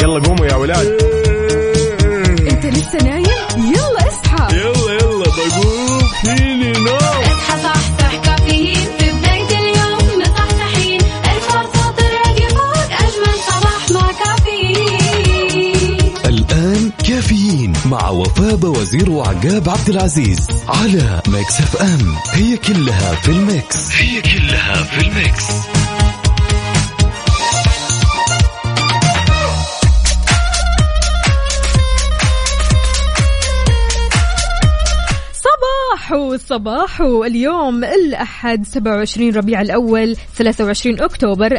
يلا قوموا يا ولاد. انت لسه نايم؟ يلا اصحى. يلا بقوم فيني نوم. اصحى صحصح كافيين في بداية اليوم مصحصحين. ارفع صوت الراديو فوق أجمل صباح مع كافيين. الآن كافيين مع وفاء بوزير وعقاب عبد العزيز على ميكس اف ام. هي كلها في الميكس. صباح اليوم الأحد 27 ربيع الأول 23 أكتوبر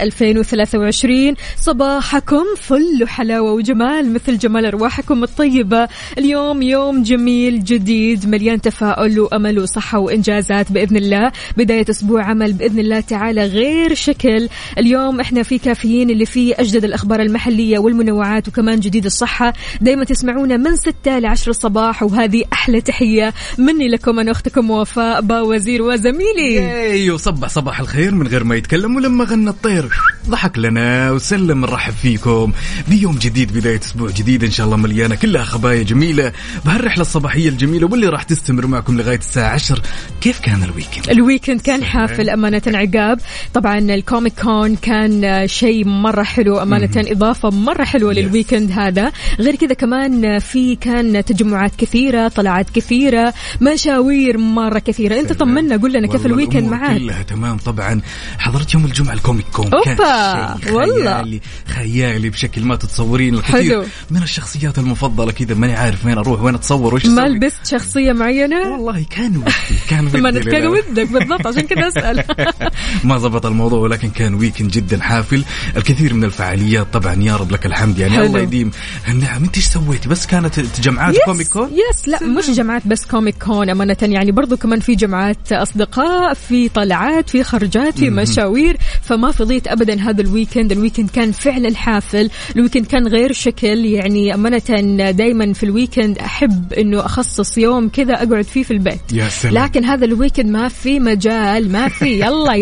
2023. صباحكم فل حلاوة وجمال مثل جمال أرواحكم الطيبة. اليوم يوم جميل جديد مليان تفاؤل وأمل وصحة وإنجازات بإذن الله. بداية أسبوع عمل بإذن الله تعالى غير شكل. اليوم إحنا في كافيين اللي فيه أجدد الأخبار المحلية والمنوعات وكمان جديد الصحة. دايما تسمعونا من 6 ل 10 الصباح وهذه أحلى تحية مني لكم أنا أختكم وفاء باوزير وزميلي. صباح الخير من غير ما يتكلم. ولما غنى الطير ضحك لنا وسلم. نرحب فيكم بيوم جديد، بداية أسبوع جديد إن شاء الله مليانة كلها خبايا جميلة بهالرحلة الصباحية الجميلة واللي راح تستمر معكم لغاية الساعة 10. كيف كان الويكند؟ الويكند كان حافل أمانة عقاب. طبعا الكوميك كون كان شيء مرة حلو أمانة، إضافة مرة حلوة للويكند هذا. غير كذا كمان كان تجمعات كثيرة، طلعات كثيرة، مشاوير مرة كثيرة. انت طمنا قول لنا كيف الويكند معاك؟ كلها تمام. طبعا حضرت يوم الجمعة الكوميك كون، كان شيء والله خيالي بشكل ما تتصورين. الكثير من الشخصيات المفضلة كذا ماني عارف وين اروح وين اتصور وش ما لبست شخصية معينة. والله كان ودي ما كان ودك بالضبط عشان كذا اسأل. ما زبط الموضوع، ولكن كان ويكند جدا حافل. الكثير من الفعاليات طبعا يا رب لك الحمد يعني حلو. الله يديم النعم. انت ايش سويتي؟ بس كانت جمعات كوميك كون؟ لا مش جمعات بس كوميك كون أمانة، يعني برضو كمان في جمعات أصدقاء، في طلعات، في خرجات، في مشاوير. فما فضيت أبدا هذا الويكند كان فعلا حافل. الويكند كان غير شكل يعني أمانة. دايما في الويكند أحب إنه أخصص يوم كذا أقعد فيه في البيت، لكن هذا الويكند ما في مجال، ما في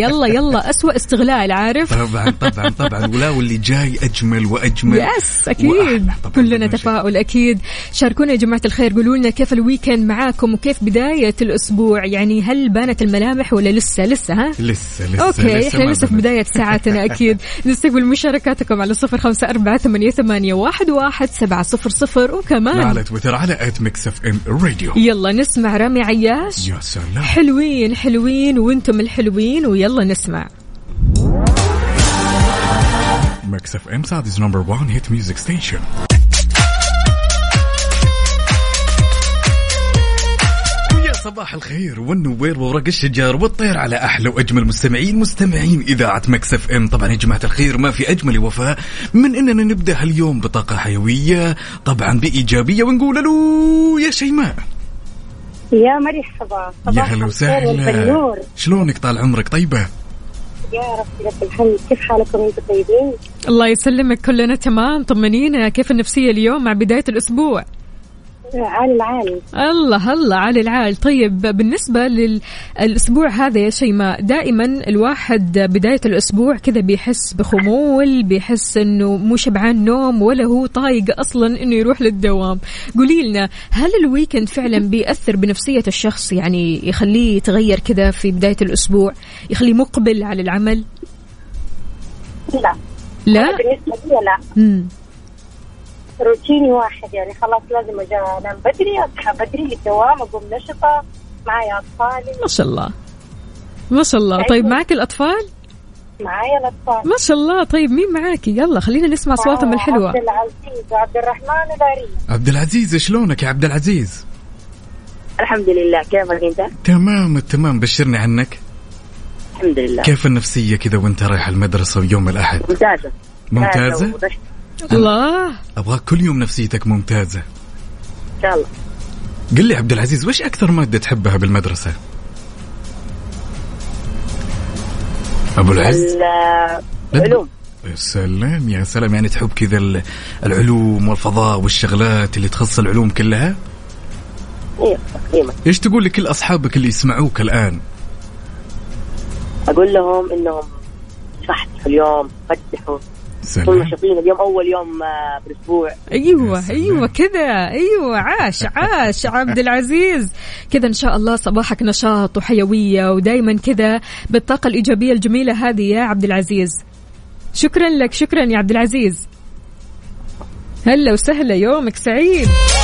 يلا أسوأ استغلال عارف. طبعا ولا واللي جاي أجمل وأجمل. يس أكيد كلنا تفاؤل أكيد. شاركونا يا جماعة الخير، قولوا لنا كيف الويكند معاكم وكيف بداية الأسبوع. يعني هل بانت الملامح ولا لسه ها؟ لسه أوكي إحنا لسه في بداية ساعتنا. أكيد نستقبل مشاركاتكم على 0548811700 وكمان على تويتر على @mixfmradio. يلا نسمع رامي عياش. يا سلام. حلوين وانتم الحلوين ويلا نسمع. Mix FM Saudi's #1 hit music station. صباح الخير والنوير وورق الشجار والطير على أحلى وأجمل مستمعين إذاعة ميكس اف ام. طبعا يا جماعة الخير ما في أجمل وفاء من إننا نبدأ اليوم بطاقة حيوية طبعا بإيجابية ونقول له يا شيماء. يا مرحبا. يا هلا وسهلا. شلونك طال عمرك؟ طيبة يا رب لك الحمد. كيف حالكم انتم طيبين؟ الله يسلمك كلنا تمام. طمنينا كيف النفسية اليوم مع بداية الأسبوع؟ عالي العال. الله عالي العال. طيب بالنسبة للأسبوع هذا يا شيماء، دائما الواحد بداية الأسبوع كذا بيحس بخمول، بيحس إنه مو شبعان نوم ولا هو طايق أصلا إنه يروح للدوام. قولي لنا هل الويكند فعلا بيأثر بنفسية الشخص، يعني يخليه يتغير كذا في بداية الأسبوع، يخليه مقبل على العمل؟ لا بالنسبة لي لا. روتيني واحد، يعني خلاص لازم أنام بدري، أصحى بدري للدوام، أقوم نشطة، معي أطفالي. ما شاء الله. طيب معك الأطفال؟ معي الأطفال ما شاء الله. طيب مين معاكي؟ يلا خلينا نسمع صوتهم الحلوة. عبد العزيز وعبد الرحمن ودارين. عبد العزيز شلونك يا عبد العزيز؟ الحمد لله. كيفك أنت؟ تمام. بشرني عنك. الحمد لله. كيف النفسية كذا وانت رايح المدرسة ويوم الأحد؟ ممتازة؟ الله. أبغاك كل يوم نفسيتك ممتازة إن شاء الله. قل لي عبد العزيز، وش أكثر مادة تحبها بالمدرسة؟ أبو العز؟ العلوم. يا سلام يعني تحب كذا العلوم والفضاء والشغلات اللي تخص العلوم كلها؟ إيه. إيش تقول لكل أصحابك اللي يسمعوك الآن؟ أقول لهم إنهم صحتوا اليوم، فتحوا سلام. نشاطين اليوم أول يوم بالأسبوع. أيوة كذا. أيوة عاش عبد العزيز كذا. إن شاء الله صباحك نشاط وحيوية ودايما كذا بالطاقة الإيجابية الجميلة هذه يا عبد العزيز. شكرا لك، شكرا يا عبد العزيز. هلا وسهلا، يومك سعيد.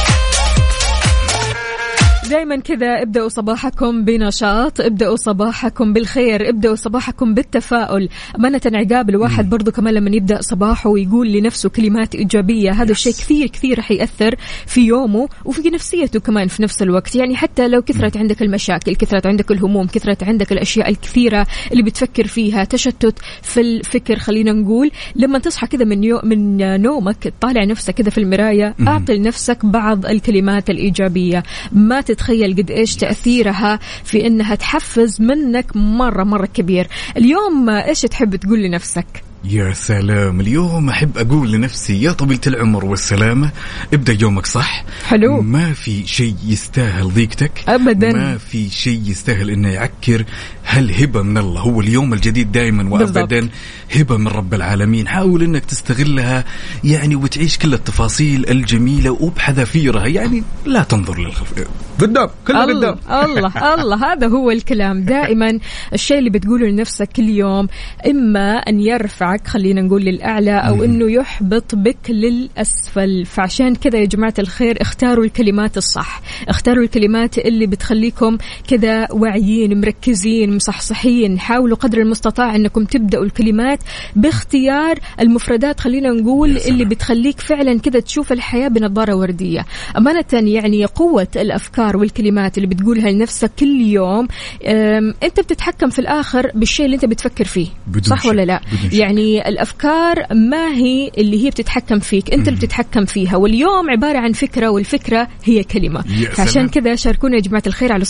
دايما كذا ابدأوا صباحكم بنشاط، ابدأوا صباحكم بالخير، ابدأوا صباحكم بالتفاؤل. أمانة عقاب الواحد برضو كمان لما يبدأ صباحه ويقول لنفسه كلمات إيجابية، هذا الشيء كثير رح يأثر في يومه وفي نفسيته كمان في نفس الوقت. يعني حتى لو كثرت عندك المشاكل، كثرت عندك الهموم، كثرت عندك الأشياء الكثيرة اللي بتفكر فيها، تشتت في الفكر، خلينا نقول لما تصحى كذا من نومك طالع نفسك كذا في المراية، أعطي لنفسك بعض الكلمات الإيجابية. ما تتخيل قد إيش تأثيرها في إنها تحفز منك مرة كبير. اليوم إيش تحب تقول لنفسك؟ يا سلام، اليوم أحب أقول لنفسي يا طويلة العمر والسلامة، ابدأ يومك صح. حلو. ما في شيء يستاهل ضيقتك أبدا، ما في شيء يستاهل إنه يعكر هالهبة من الله. هو اليوم الجديد دائما وأبدا هبة من رب العالمين. حاول إنك تستغلها يعني وتعيش كل التفاصيل الجميلة وبحذافيرها. يعني لا تنظر للخلف، قدام كله قدام. الله هذا هو الكلام. دائما الشيء اللي بتقوله لنفسك كل يوم إما أن يرفعك خلينا نقول للأعلى أو إنه يحبط بك للأسفل. فعشان كذا يا جماعة الخير اختاروا الكلمات الصح، اختاروا الكلمات اللي بتخليكم كذا واعيين مركزين مصحصحين. حاولوا قدر المستطاع أنكم تبدأوا الكلمات باختيار المفردات خلينا نقول اللي بتخليك فعلا كذا تشوف الحياة بنظارة وردية. أمانة يعني قوة الأفكار والكلمات اللي بتقولها لنفسك كل يوم، أنت بتتحكم في الآخر بالشيء اللي أنت بتفكر فيه، صح ولا لا؟ يعني الأفكار ما هي اللي هي بتتحكم فيك، أنت اللي بتتحكم فيها. واليوم عبارة عن فكرة والفكرة هي كلمة. عشان كذا شاركونا يا جماعة الخير على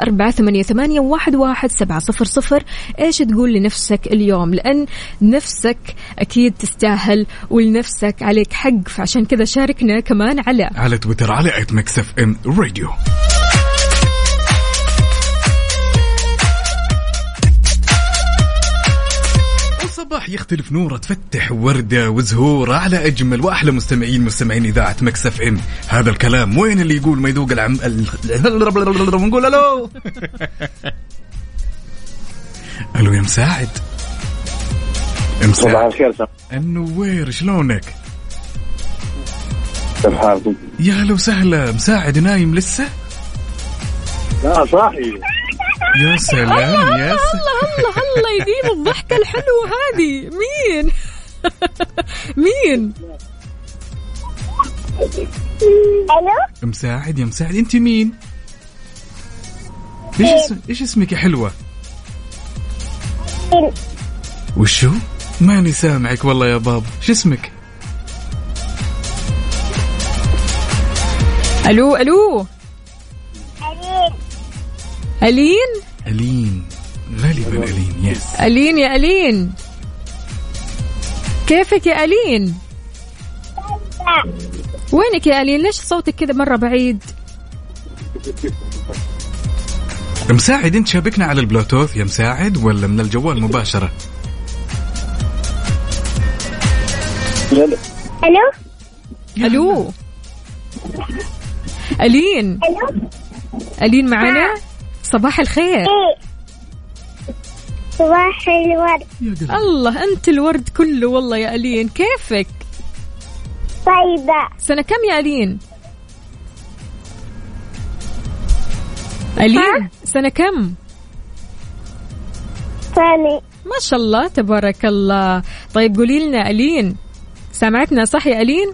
0548811700. إيش تقول لنفسك اليوم؟ لأن نفسك أكيد تستاهل ولنفسك عليك حق. فعشان كذا شاركنا كمان على تويتر على @mixfm radio. صباح يختلف نوره، تفتح وردة وزهورة على أجمل وأحلى مستمعين إذاعة مكس اف ام. هذا الكلام وين اللي يقول ما يذوق ونقول ألو. ألو يا مساعد. صباح الخير. النوير، شلونك؟ كيف حالكم؟ يا هلا وسهلا. مساعد نايم لسه؟ لا صاحي. يا سلام يا الله يديم الضحكة الحلوة هذه. مين؟ ألو مساعد. يا مساعد انت مين؟ ايش اسمك يا حلوة؟ وشو؟ ماني سامعك والله يا بابا. شو اسمك؟ ألو ألين غالبا ألين. يس ألين. يا ألين كيفك يا ألين؟ وينك يا ألين؟ ليش صوتك كذا مرة بعيد؟ مساعد انت شابكنا على البلوتوث يا مساعد ولا من الجوال مباشرة؟ ألو ألين معنا؟ صباح الخير. صباح الورد. الله أنت الورد كله والله يا ألين. كيفك؟ طيبة. سنة كم يا ألين؟ ألين سنة كم؟ ثاني. ما شاء الله تبارك الله. طيب قولي لنا ألين، سمعتنا صح يا ألين؟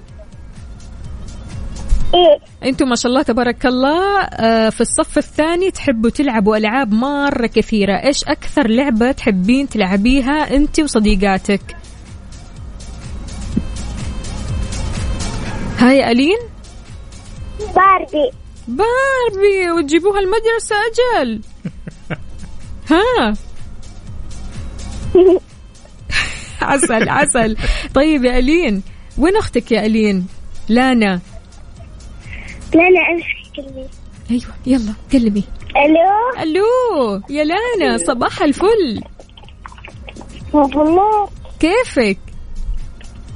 إيه. أنتم ما شاء الله تبارك الله في الصف الثاني تحبوا تلعبوا ألعاب مرة كثيرة. إيش أكثر لعبة تحبين تلعبيها أنت وصديقاتك؟ هاي ألين؟ باربي وتجيبوها المدرسة أجل. ها عسل. طيب يا ألين وين أختك يا ألين؟ لانا كلمي. أيوة يلا كلمي. ألو يا لانا، صباح الفل. كيفك؟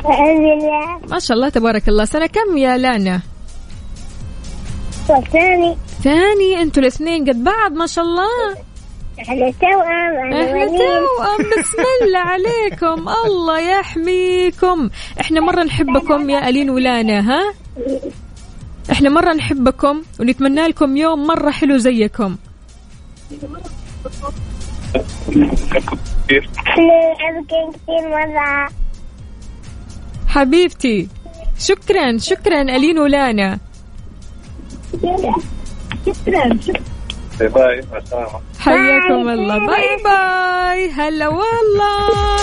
الحمد لله. ما شاء الله تبارك الله. سنة كم يا لانا؟ والثاني. ثاني. انتوا الاثنين قد بعض ما شاء الله. احنا توأم. احنا توأم. بسم الله عليكم، الله يحميكم. احنا مرة نحبكم يا ألين ولانا. ها، احنا مرة نحبكم ونتمنى لكم يوم مرة حلو زيكم. احنا نحبكم كثير مرة حبيبتي. شكرا شكرا ألين ولانا. شكرا. باي. السلامة. حياكم الله. باي باي. هلا والله.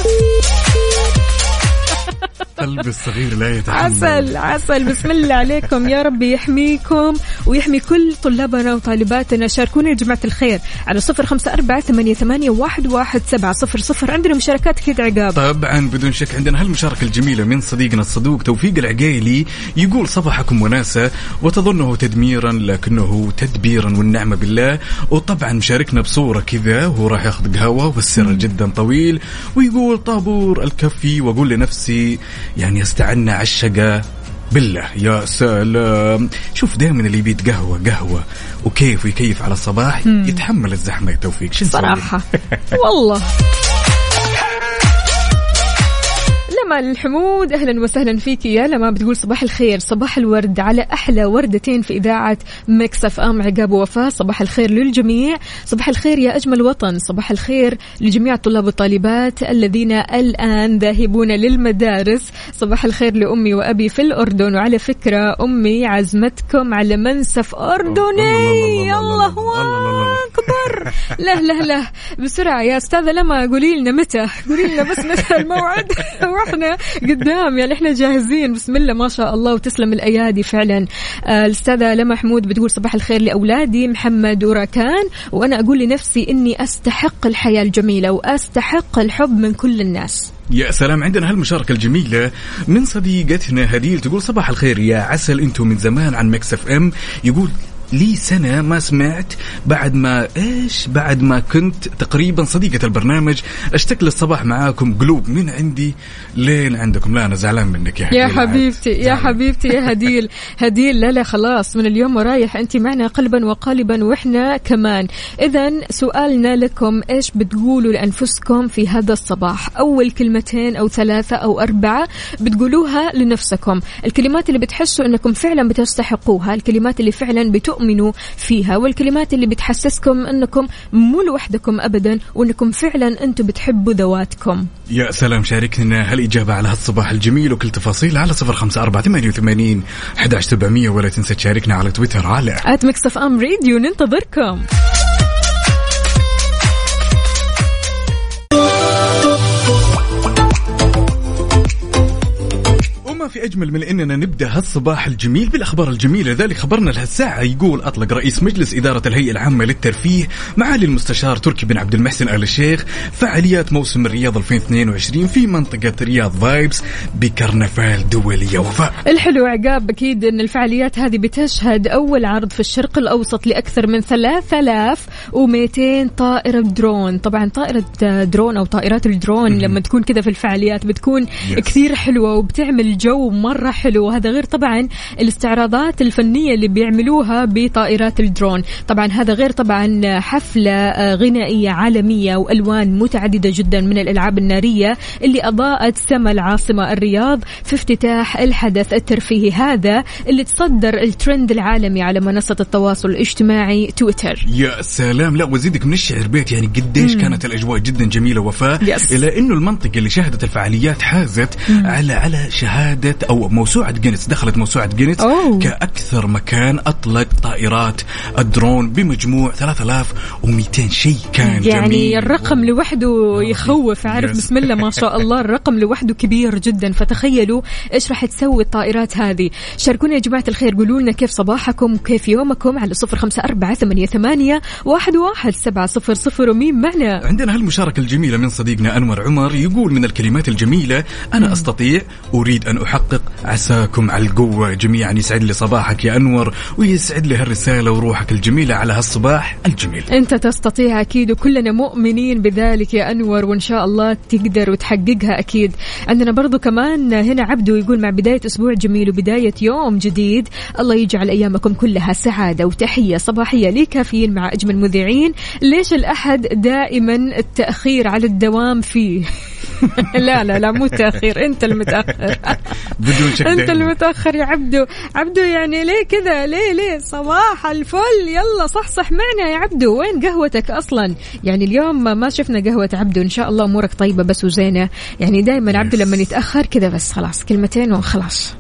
قلب الصغير لا يتحمل. عسل عسل. بسم الله عليكم، يا رب يحميكم ويحمي كل طلابنا وطالباتنا. شاركونا يا جماعة الخير على 0548811700. عندنا مشاركات كده عقاب. طبعا بدون شك عندنا هالمشاركة الجميلة من صديقنا الصدوق توفيق العقيلي، يقول صباحكم وناسة وتظنه تدميرا لكنه تدبيرا والنعمة بالله. وطبعا مشاركنا بصورة كذا وهو راح ياخذ قهوة والسر جدا طويل، ويقول طابور الكفي واقول لنفسي يعني استعنا عالشقة بالله. يا سلام. شوف دائما اللي بيت قهوة وكيف ويكيف على الصباح يتحمل الزحمة يا توفيق. شو صراحة والله. لما الحمود أهلا وسهلا فيك يا لما. بتقول صباح الخير، صباح الورد على أحلى وردتين في إذاعة ميكس اف ام. عقاب ووفاء صباح الخير للجميع. صباح الخير يا أجمل وطن. صباح الخير لجميع الطلاب والطالبات الذين الآن ذاهبون للمدارس. صباح الخير لأمي وأبي في الأردن، وعلى فكرة أمي عزمتكم على منسف أردني. الله أكبر. لا بسرعة يا أستاذة لما قولي لنا متى، قولي لنا بس متى الموعد واحنا قدام يعني احنا جاهزين. بسم الله ما شاء الله وتسلم الأيادي فعلا. الأستاذة لما حمود بتقول صباح الخير لأولادي محمد وراكان، وأنا أقول لنفسي إني أستحق الحياة الجميلة وأستحق الحب من كل الناس. يا سلام. عندنا هالمشاركة الجميلة من صديقتنا هديل تقول صباح الخير يا عسل، انتم من زمان عن ميكس اف ام. يقول لي سنة ما سمعت بعد ما كنت تقريبا صديقة البرنامج. اشتكل الصباح معاكم قلوب من عندي لين عندكم. لا أنا زعلان منك يا حبيبتي يا حبيبتي يا هديل. لا خلاص من اليوم ورايح أنت معنا قلبا وقالبا وإحنا كمان. إذن سؤالنا لكم، إيش بتقولوا لأنفسكم في هذا الصباح؟ أول كلمتين أو 3 أو 4 بتقولوها لنفسكم، الكلمات اللي بتحسوا أنكم فعلا بتستحقوها، الكلمات اللي فعلا بتؤمنوا فيها، والكلمات اللي بتحسسكم أنكم مو لوحدكم أبدا وأنكم فعلا أنتم بتحبوا ذواتكم. يا سلام. شاركنا هالإجابة على هالصباح الجميل وكل تفاصيل على 0548811700. ولا تنسى تشاركنا على تويتر على @mixfmradio. ننتظركم. وما في أجمل من أننا نبدأ هالصباح الجميل بالأخبار الجميلة. ذلك خبرنا لهالساعة يقول أطلق رئيس مجلس إدارة الهيئة العامة للترفيه معالي المستشار تركي بن عبد المحسن آل الشيخ فعاليات موسم الرياض 2022 في منطقة رياض فايبس بكرنفال دولي. وفاء الحلو عقاب أكيد أن الفعاليات هذه بتشهد أول عرض في الشرق الأوسط لأكثر من 3200 طائرة درون. طبعا طائرة درون أو طائرات الدرون لما تكون كذا في الفعاليات بتكون كثير حلوة وبتعمل جو مرة حلو. وهذا غير طبعا الاستعراضات الفنية اللي بيعملوها بطائرات الدرون. طبعا هذا غير طبعا حفلة غنائية عالمية وألوان متعددة جدا من الألعاب النارية اللي أضاءت سما العاصمة الرياض في افتتاح الحدث الترفيهي هذا اللي تصدر الترند العالمي على منصة التواصل الاجتماعي تويتر. يا سلام. لا وزيدك من الشعر بيت يعني قديش كانت الأجواء جدا جميلة وفاء. إلى إنه المنطقة اللي شهدت الفعاليات حازت على شهادة أو موسوعة جينيس. دخلت موسوعة جينيس كأكثر مكان أطلق طائرات الدرون بمجموع 3200 شيء. كان يعني جميل. الرقم لوحده يخوف. عارف بسم الله ما شاء الله الرقم لوحده كبير جدا. فتخيلوا إيش راح تسوي الطائرات هذه. شاركونا يا جماعة الخير، قولوا لنا كيف صباحكم وكيف يومكم على 0548811700. ومين معنا؟ عندنا هالمشاركة الجميلة من صديقنا أنور عمر يقول من الكلمات الجميلة أنا أستطيع، أريد أن يحقق. عساكم على القوة جميعا. يسعد لي صباحك يا أنور، ويسعد لي هالرسالة وروحك الجميلة على هالصباح الجميل. أنت تستطيع أكيد، وكلنا مؤمنين بذلك يا أنور، وإن شاء الله تقدر وتحققها أكيد. عندنا برضو كمان هنا عبدو يقول مع بداية أسبوع جميل وبداية يوم جديد، الله يجعل أيامكم كلها سعادة وتحية صباحية لي كافيين مع أجمل مذيعين. ليش الأحد دائما التأخير على الدوام فيه؟ لا مو تأخير، أنت المتأخر. بدون شك أنت المتأخر يا عبدو يعني ليه كذا؟ ليه صباح الفل، يلا صح معنا يا عبدو. وين قهوتك أصلا؟ يعني اليوم ما شفنا قهوة عبدو. إن شاء الله أمورك طيبة بس وزينة. يعني دائما عبدو لما يتأخر كذا بس خلاص كلمتين وخلاص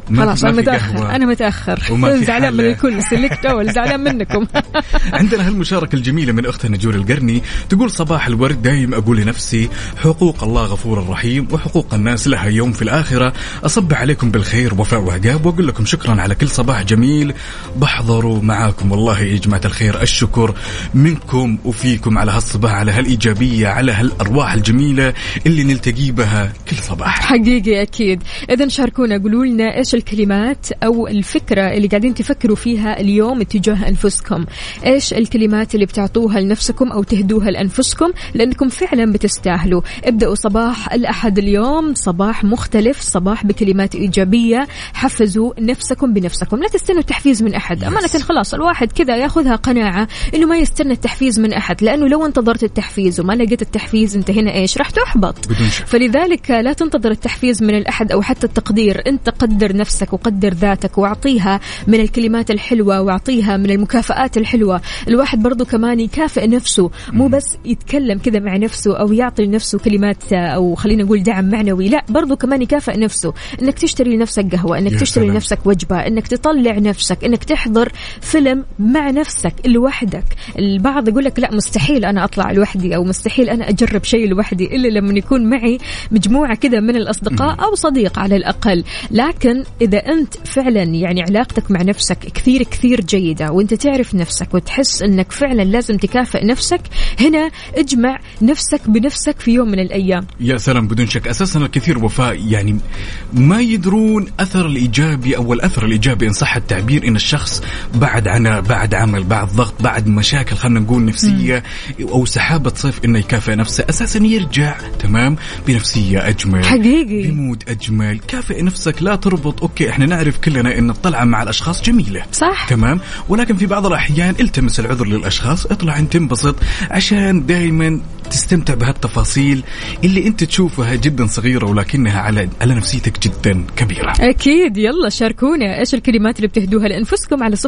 أنا متأخر زعلان من الكل، سلكت أول زعلان منكم. عندنا هالمشاركة الجميلة من أختنا نجور القرني، تقول صباح الورد. دايم أقول لنفسي حقوق الله غفور الرحيم وحقوق الناس لها يوم في الآخرة. أصب عليكم بالخير وفاء وعقاب، وأقول لكم شكرا على كل صباح جميل بحضروا معاكم. والله يا جماعة الخير الشكر منكم وفيكم على هالصباح، على هالإيجابية، على هالأرواح الجميلة اللي نلتقي بها كل صباح. حقيقي أكيد. إذن شاركونا، قولوا لنا إيش الكلمات أو الفكرة اللي قاعدين تفكروا فيها اليوم اتجاه أنفسكم. إيش الكلمات اللي بتعطوها لنفسكم أو تهدوها لأنفسكم، لأنكم فعلا بتستاهلوا. ابدأوا صباح الأحد اليوم صباح مختلف، صباح بكلمات إيجابية. حفزوا نفسكم بنفسكم، لا تستنوا التحفيز من أحد. أمانة خلاص الواحد كذا ياخذها قناعة إنه ما يستنى التحفيز من أحد، لأنه لو انتظرت التحفيز وما لقيت التحفيز أنت هنا إيش راح تحبط. فلذلك لا تنتظر التحفيز من الأحد أو حتى التقدير. أنت قدر نفسك وقدر ذاتك وأعطيها من الكلمات الحلوة وأعطيها من المكافآت الحلوة. الواحد برضو كمان يكافئ نفسه، مو بس يتكلم كذا مع نفسه أو يعطي لنفسه كلمات أو خلينا نقول دعم معنوي، لا برضو كمان يكافئ نفسه. إنك تشتري لنفسك قهوة، إنك تشتري لنفسك وجبة، إنك تطلع نفسك، إنك تحضر فيلم مع نفسك لوحدك. البعض يقول لك لا مستحيل أنا أطلع لوحدي أو مستحيل أنا أجرب شيء لوحدي إلا لما يكون معي مجموعة كذا من الأصدقاء أو صديق على الأقل. لكن إذا أنت فعلا يعني علاقتك مع نفسك كثير جيدة وأنت تعرف نفسك وتحس أنك فعلا لازم تكافئ نفسك، هنا اجمع نفسك بنفسك في يوم من الأيام. يا سلام، بدون شك. أساسا الكثير وفاء يعني ما يدرون أثر الإيجابي أو الأثر الإيجابي إن صح التعبير، إن الشخص بعد عمل، بعد ضغط، بعد مشاكل خلنا نقول نفسية أو سحابة صيف، إنه يكافئ نفسه أساسا يرجع تمام بنفسية أجمل، حقيقي بمود أجمل. كافئ نفسك، لا تربط. أوكي إحنا نعرف كلنا إن الطلعة مع الأشخاص جميلة صح تمام، ولكن في بعض الأحيان التمس العذر للأشخاص، اطلع انت تنبسط عشان دائما تستمتع بهالتفاصيل اللي انت تشوفها جدا صغيرة ولكنها على نفسيتك جدا كبيرة. أكيد. يلا شاركونا إيش الكلمات اللي بتهدوها لأنفسكم على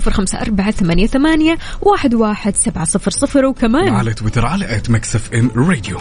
0548811700 وكمان على تويتر على @mixfmradio.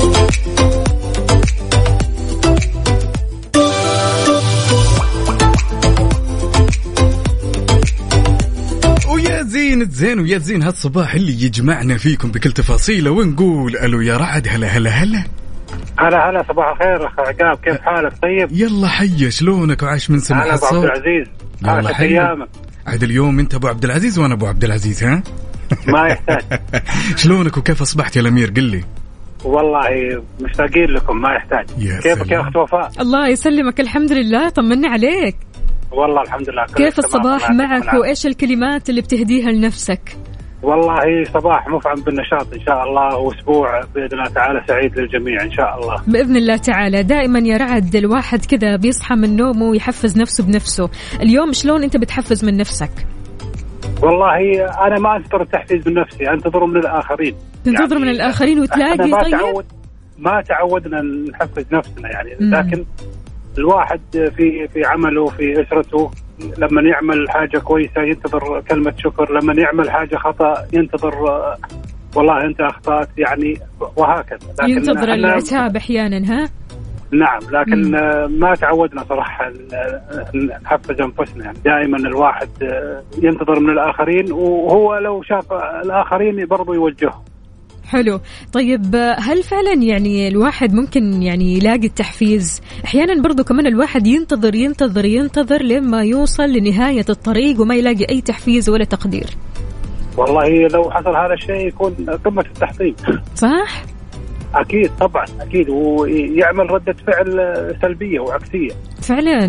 زين ويا زين هالصباح اللي يجمعنا فيكم بكل تفاصيله، ونقول ألو يا رعد. هلا صباح الخير أخ عقاب، كيف حالك؟ طيب يلا حي، شلونك وعاش من سمع الصوت؟ أبو عبد العزيز، يلا حي. عاد اليوم أنت أبو عبد العزيز وأنا أبو عبد العزيز، ها؟ ما يحتاج. شلونك وكيف أصبحت يا الأمير؟ قل لي. والله مشتاقين لكم، ما يحتاج. كيفك يا أخت وفاء؟ الله يسلمك، الحمد لله. طمنا عليك. والله الحمد لله. كيف الصباح معك وإيش الكلمات اللي بتهديها لنفسك؟ والله صباح مفعم بالنشاط إن شاء الله، وأسبوع بإذن الله تعالى سعيد للجميع إن شاء الله بإذن الله تعالى. دائما يا رعد الواحد كذا بيصحى من نومه ويحفز نفسه بنفسه. اليوم شلون أنت بتحفز من نفسك؟ والله أنا ما أنتظر التحفيز من نفسي، أنتظر من الآخرين. تنتظر يعني من الآخرين وتلاقي طيب ما تعودنا نحفز نفسنا يعني. لكن الواحد في عمله في أسرته لما يعمل حاجة كويسة ينتظر كلمة شكر، لما يعمل حاجة خطأ ينتظر والله أنت أخطأت يعني، وهكذا. ينتظر العتاب أحيانا. ها نعم، لكن ما تعودنا صراحة نحفز أنفسنا يعني. دائما الواحد ينتظر من الآخرين، وهو لو شاف الآخرين برضو يوجهه. حلو. طيب هل فعلا يعني الواحد ممكن يعني يلاقي التحفيز؟ احيانا برضو كمان الواحد ينتظر لما يوصل لنهاية الطريق وما يلاقي اي تحفيز ولا تقدير. والله لو حصل هذا الشيء يكون قمة التحطيم. صح؟ اكيد طبعا اكيد، ويعمل ردة فعل سلبية وعكسية.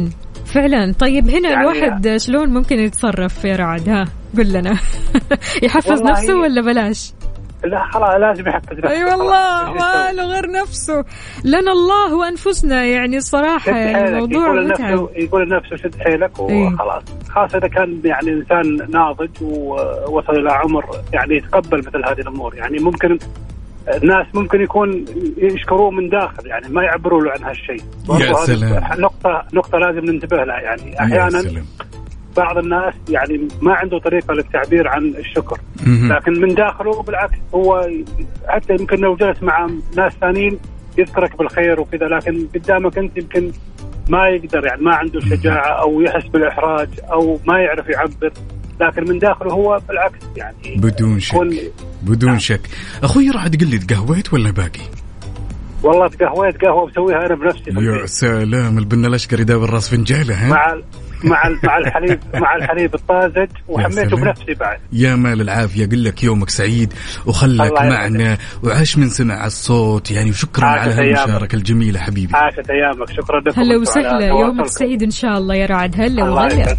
فعلا. طيب هنا يعني الواحد شلون ممكن يتصرف يا رعد؟ ها قل لنا. يحفز نفسه ولا بلاش؟ لا خلاص لازم يحفز نفسه. اي والله ما له غير نفسه، لنا الله وانفسنا يعني الصراحه يعني الموضوع متعب. يقول لنفسه شد حيلك وخلاص. خاصه اذا كان يعني انسان ناضج ووصل الى عمر يعني يتقبل مثل هذه الامور. يعني ممكن الناس ممكن يكون يشكروه من داخل يعني ما يعبروا له عن هالشيء. يا سلام. نقطه لازم ننتبه لها. يعني احيانا بعض الناس يعني ما عنده طريقة للتعبير عن الشكر، لكن من داخله بالعكس هو حتى يمكن لو جلس مع ناس ثانيين يذكرك بالخير وكذا، لكن قدامك أنت يمكن ما يقدر يعني ما عنده شجاعة أو يحس بالإحراج أو ما يعرف يعبر، لكن من داخله هو بالعكس يعني بدون شك. أخوي راح تقول لي تقهويت ولا باقي؟ والله تقهويت قهوة بسويها أنا بنفسي. يا سلام، البن الأشقر يداوي الراس فنجالة. ها مع الحليب الطازج وحميته بنفسي بعد. يا مال العافية، قل لك يومك سعيد وخلك معنا وعاش من سمع الصوت يعني. وشكرا على هالمشاركة الجميلة حبيبي. عاشت أيامك. شكرا لكم. هلا وسهلا، يومك سعيد إن شاء الله يا رعد. هلا وغلا.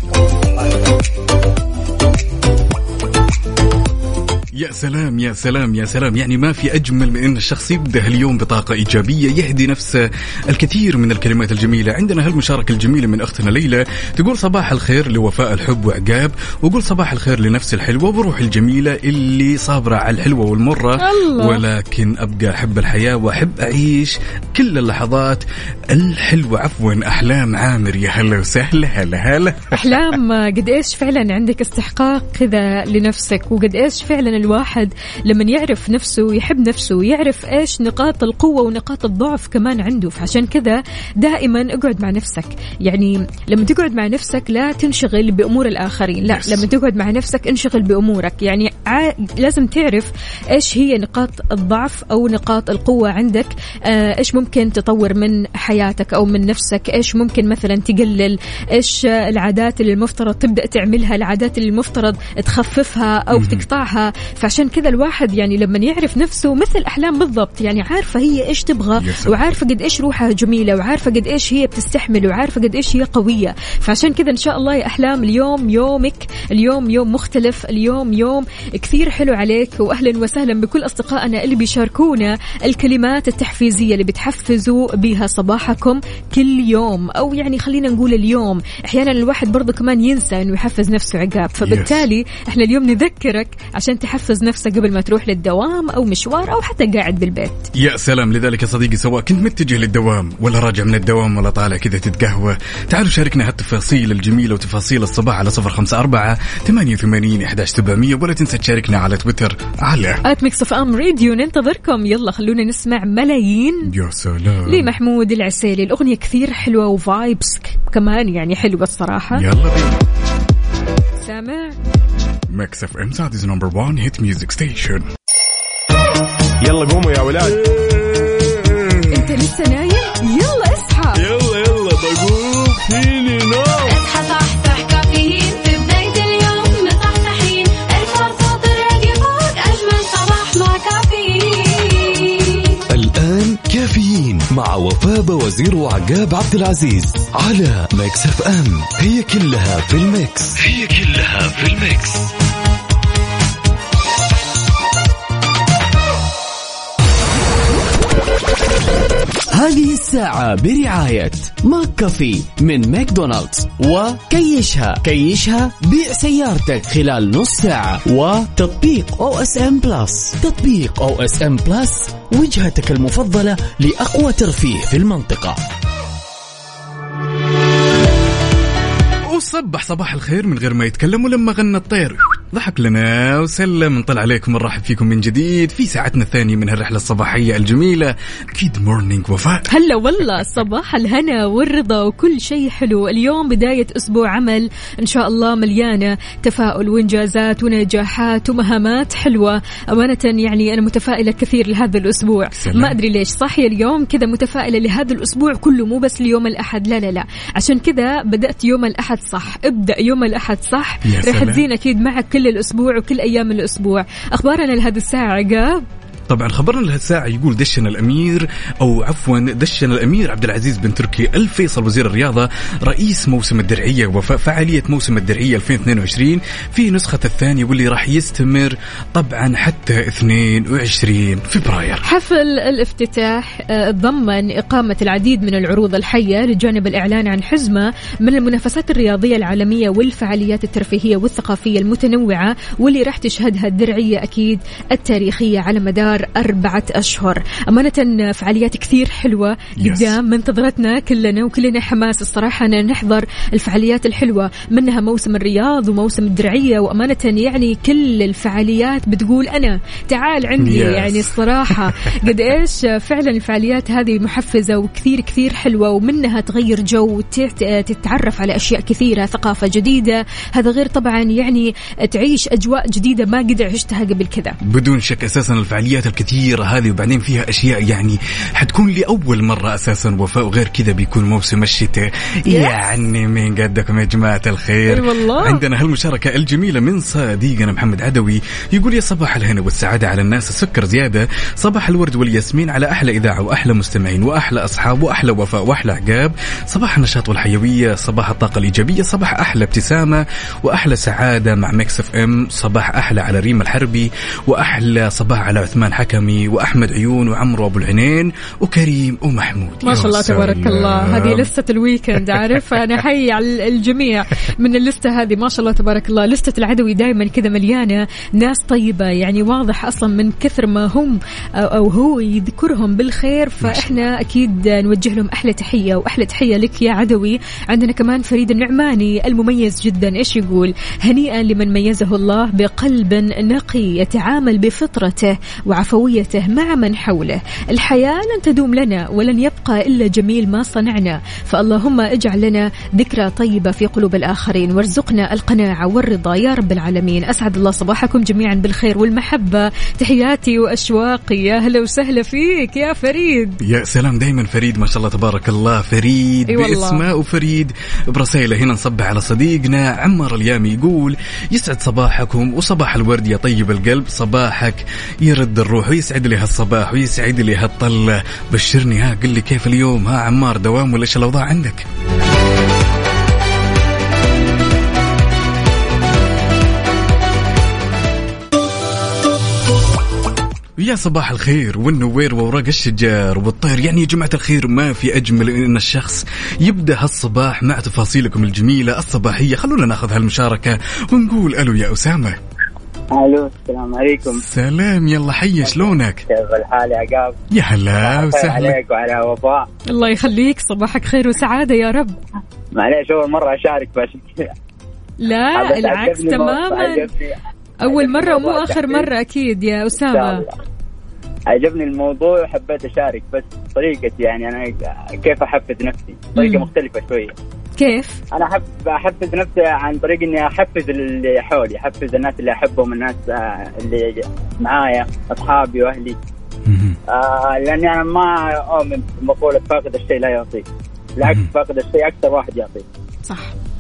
يا سلام يا سلام يا سلام، يعني ما في أجمل من أن الشخص يبدأ اليوم بطاقة إيجابية يهدي نفسه. الكثير من الكلمات الجميلة. عندنا هالمشاركة الجميلة من أختنا ليلى، تقول صباح الخير لوفاء الحب وعقاب، وقول صباح الخير لنفس الحلوة وبروح الجميلة اللي صابرة على الحلوة والمرة الله. ولكن أبقى أحب الحياة وأحب أعيش كل اللحظات الحلوة. عفوا أحلام عامر، يا هلا وسهلا. هلا أحلام، قد إيش فعلا عندك استحقاق كذا لنفسك، وقد إيش فعلا الواحد لما يعرف نفسه ويحب نفسه ويعرف إيش نقاط القوة ونقاط الضعف كمان عنده. فعشان كذا دائما اقعد مع نفسك. يعني لما تقعد مع نفسك لا تنشغل بأمور الآخرين، لا لما تقعد مع نفسك انشغل بأمورك. يعني لازم تعرف إيش هي نقاط الضعف أو نقاط القوة عندك، إيش ممكن تطور من حياتك أو من نفسك، إيش ممكن مثلا تقلل، إيش العادات اللي المفترض تبدأ تعملها، العادات اللي المفترض تخففها أو تقطعها. فعشان كذا الواحد يعني لما يعرف نفسه مثل أحلام بالضبط، يعني عارفة هي إيش تبغى وعارفة قد إيش روحها جميلة وعارفة قد إيش هي بتستحمل وعارفة قد إيش هي قوية. فعشان كذا إن شاء الله يا أحلام اليوم يومك، اليوم يوم مختلف، اليوم يوم كثير حلو عليك. وأهلا وسهلا بكل أصدقائنا اللي بيشاركونا الكلمات التحفيزية اللي بتحفزوا بها صباحكم كل يوم، أو يعني خلينا نقول اليوم. أحيانا الواحد برضو كمان ينسى إنه يحفز نفسه عقاب، فبالتالي إحنا اليوم نذكرك عشان تحفز نفسك قبل ما تروح للدوام أو مشوار أو حتى قاعد بالبيت. يا سلام. لذلك يا صديقي، سواء كنت متجه للدوام ولا راجع من الدوام ولا طالع كذا تتقهوى، تعالوا شاركنا هالتفاصيل الجميلة وتفاصيل الصباح على 0548811700. ولا تنسى تشاركنا على تويتر على @mixfm راديو. ننتظركم. يلا خلونا نسمع ملايين. يا سلام لمحمود العسيلي. الأغنية كثير حلوة وفايبس كمان يعني حلوة الصراحة. يلا بينا. سامع ميكس اف ام سعوديز نمبر 1 هيت ميوزك ستيشن. يلا قوموا يا ولاد. انت لسه نايم؟ يلا اصحى. يلا بقوم فيني نوم. اصحى صحصح كافيين في بداية اليوم مصحصحين. الفرصة الراديو فوق أجمل صباح مع كافيين. الآن كافيين مع وفاء وزير وعقاب عبد العزيز على ميكس اف ام. هي كلها في الميكس. هذه الساعة برعاية ماك كافي من ماكدونالدز، وكيشها بيع سيارتك خلال نص ساعة، وتطبيق OSM Plus. تطبيق OSM Plus وجهتك المفضلة لأقوى ترفيه في المنطقة. وصبح صباح الخير من غير ما يتكلم، ولما غنى الطير ضحك لنا وسلم. نطلع عليكم ونرحب فيكم من جديد في ساعتنا الثانية من الرحلة الصباحية الجميلة. Good morning وفاء. هلا والله، صباح الهنا والرضا وكل شيء حلو. اليوم بداية أسبوع عمل إن شاء الله مليانة تفاؤل وإنجازات ونجاحات ومهامات حلوة. أمانة يعني أنا متفائلة كثير لهذا الأسبوع. ما أدري ليش صحي اليوم كذا متفائلة لهذا الأسبوع كله، مو بس ليوم الأحد، لا عشان كذا بدأت يوم الأحد صح. ابدأ يوم الأحد صح، رح تزين أكيد معك كل الأسبوع وكل أيام الأسبوع. أخبارنا لهذه الساعة عقاب. طبعا خبرنا لهالساعة يقول دشن الأمير عبد العزيز بن تركي الفيصل وزير الرياضة رئيس موسم الدرعية ووفاء فعالية موسم الدرعية 2022 في نسخة الثانية واللي راح يستمر طبعا حتى 22 فبراير. حفل الافتتاح ضمن إقامة العديد من العروض الحية لجانب الإعلان عن حزمة من المنافسات الرياضية العالمية والفعاليات الترفيهية والثقافية المتنوعة واللي راح تشهدها الدرعية أكيد التاريخية على مدار 4 أشهر. أمانة فعاليات كثير حلوة قدام منتظرتنا كلنا وكلنا حماس الصراحة أن نحضر الفعاليات الحلوة، منها موسم الرياض وموسم الدرعية، وأمانة يعني كل الفعاليات بتقول أنا تعال عندي. يعني الصراحة قد إيش فعلا الفعاليات هذه محفزة وكثير كثير حلوة، ومنها تغير جو، تتعرف على أشياء كثيرة، ثقافة جديدة، هذا غير طبعا يعني تعيش أجواء جديدة ما قد عشتها قبل كذا. بدون شك أساسا الفعاليات الكثيرة هذه وبعدين فيها أشياء يعني حتكون لأول مرة أساسا وفاء، وغير كذا بيكون موسم الشتاء. يعني من قدكم يا جماعة الخير عندنا هالمشاركة الجميلة من صديقنا محمد عدوي يقول: يا صباح الهنا والسعادة على الناس، السكر زيادة، صباح الورد والياسمين على أحلى إذاعة وأحلى مستمعين وأحلى أصحاب وأحلى وفاء وأحلى عقاب، صباح النشاط والحيوية، صباح الطاقة الإيجابية، صباح أحلى ابتسامة وأحلى سعادة مع ميكس اف ام، صباح أحلى على ريم الحربي، وأحلى صباح على عثمان حكمي وأحمد عيون وعمرو أبو العنين وكريم ومحمود. ما شاء الله تبارك الله، هذه لستة الويكند عارف. أنا حي على الجميع من اللستة هذه، ما شاء الله تبارك الله. لستة العدوي دائما كذا مليانة ناس طيبة، يعني واضح أصلا من كثر ما هم أو هو يذكرهم بالخير، فإحنا أكيد نوجه لهم أحلى تحية وأحلى تحية لك يا عدوي. عندنا كمان فريد النعماني المميز جدا، إيش يقول؟ هنيئا لمن ميزه الله بقلب نقي يتعامل بفطرته وعفويته مع من حوله. الحياة لن تدوم لنا ولن يبقى إلا جميل ما صنعنا، فاللهم اجعل لنا ذكرى طيبة في قلوب الآخرين وارزقنا القناعة والرضا يا رب العالمين. أسعد الله صباحكم جميعا بالخير والمحبة، تحياتي وأشواقي. يا هلا وسهلا فيك يا فريد. يا سلام، دايما فريد ما شاء الله تبارك الله، فريد باسماء وفريد برسائله. هنا نصبح على صديقنا عمار اليامي يقول: يسعد صباحكم وصباح الورد يا طيب القلب، صباحك يرد الروح ويسعد لي هالصباح ويسعد لي هالطلة. بشرني، ها قل لي كيف اليوم؟ ها عمار دوام ولا ايش الأوضاع عندك؟ يا صباح الخير والنوير وورق الشجار والطير. يعني يا جماعة الخير ما في أجمل إن الشخص يبدأ هالصباح مع تفاصيلكم الجميلة الصباحية. خلونا ناخذ هالمشاركة ونقول ألو يا أسامة. ألو، السلام عليكم. سلام، يلا حي، شلونك؟ كيف الحال يا عقاب؟ يا هلا وسهلا عليك وعلى وفاء. الله يخليك، صباحك خير وسعادة يا رب. معليش أول مرة أشارك فعشان كذا. لا العكس تماما، أول مرة ومو آخر مرة أكيد يا أسامة. عجبني الموضوع وحبيت أشارك، بس طريقتي يعني أنا كيف أحفز نفسي طريقة مختلفة شوية. كيف؟ أنا أحفز نفسي عن طريق إني أحفز اللي حولي، أحفز الناس اللي أحبهم، الناس اللي معايا، أصحابي وأهلي. لأني أنا ما أؤمن بمقولة فاقد الشيء لا يعطيك، بالعكس فاقد الشيء أكثر واحد يعطيك. صح.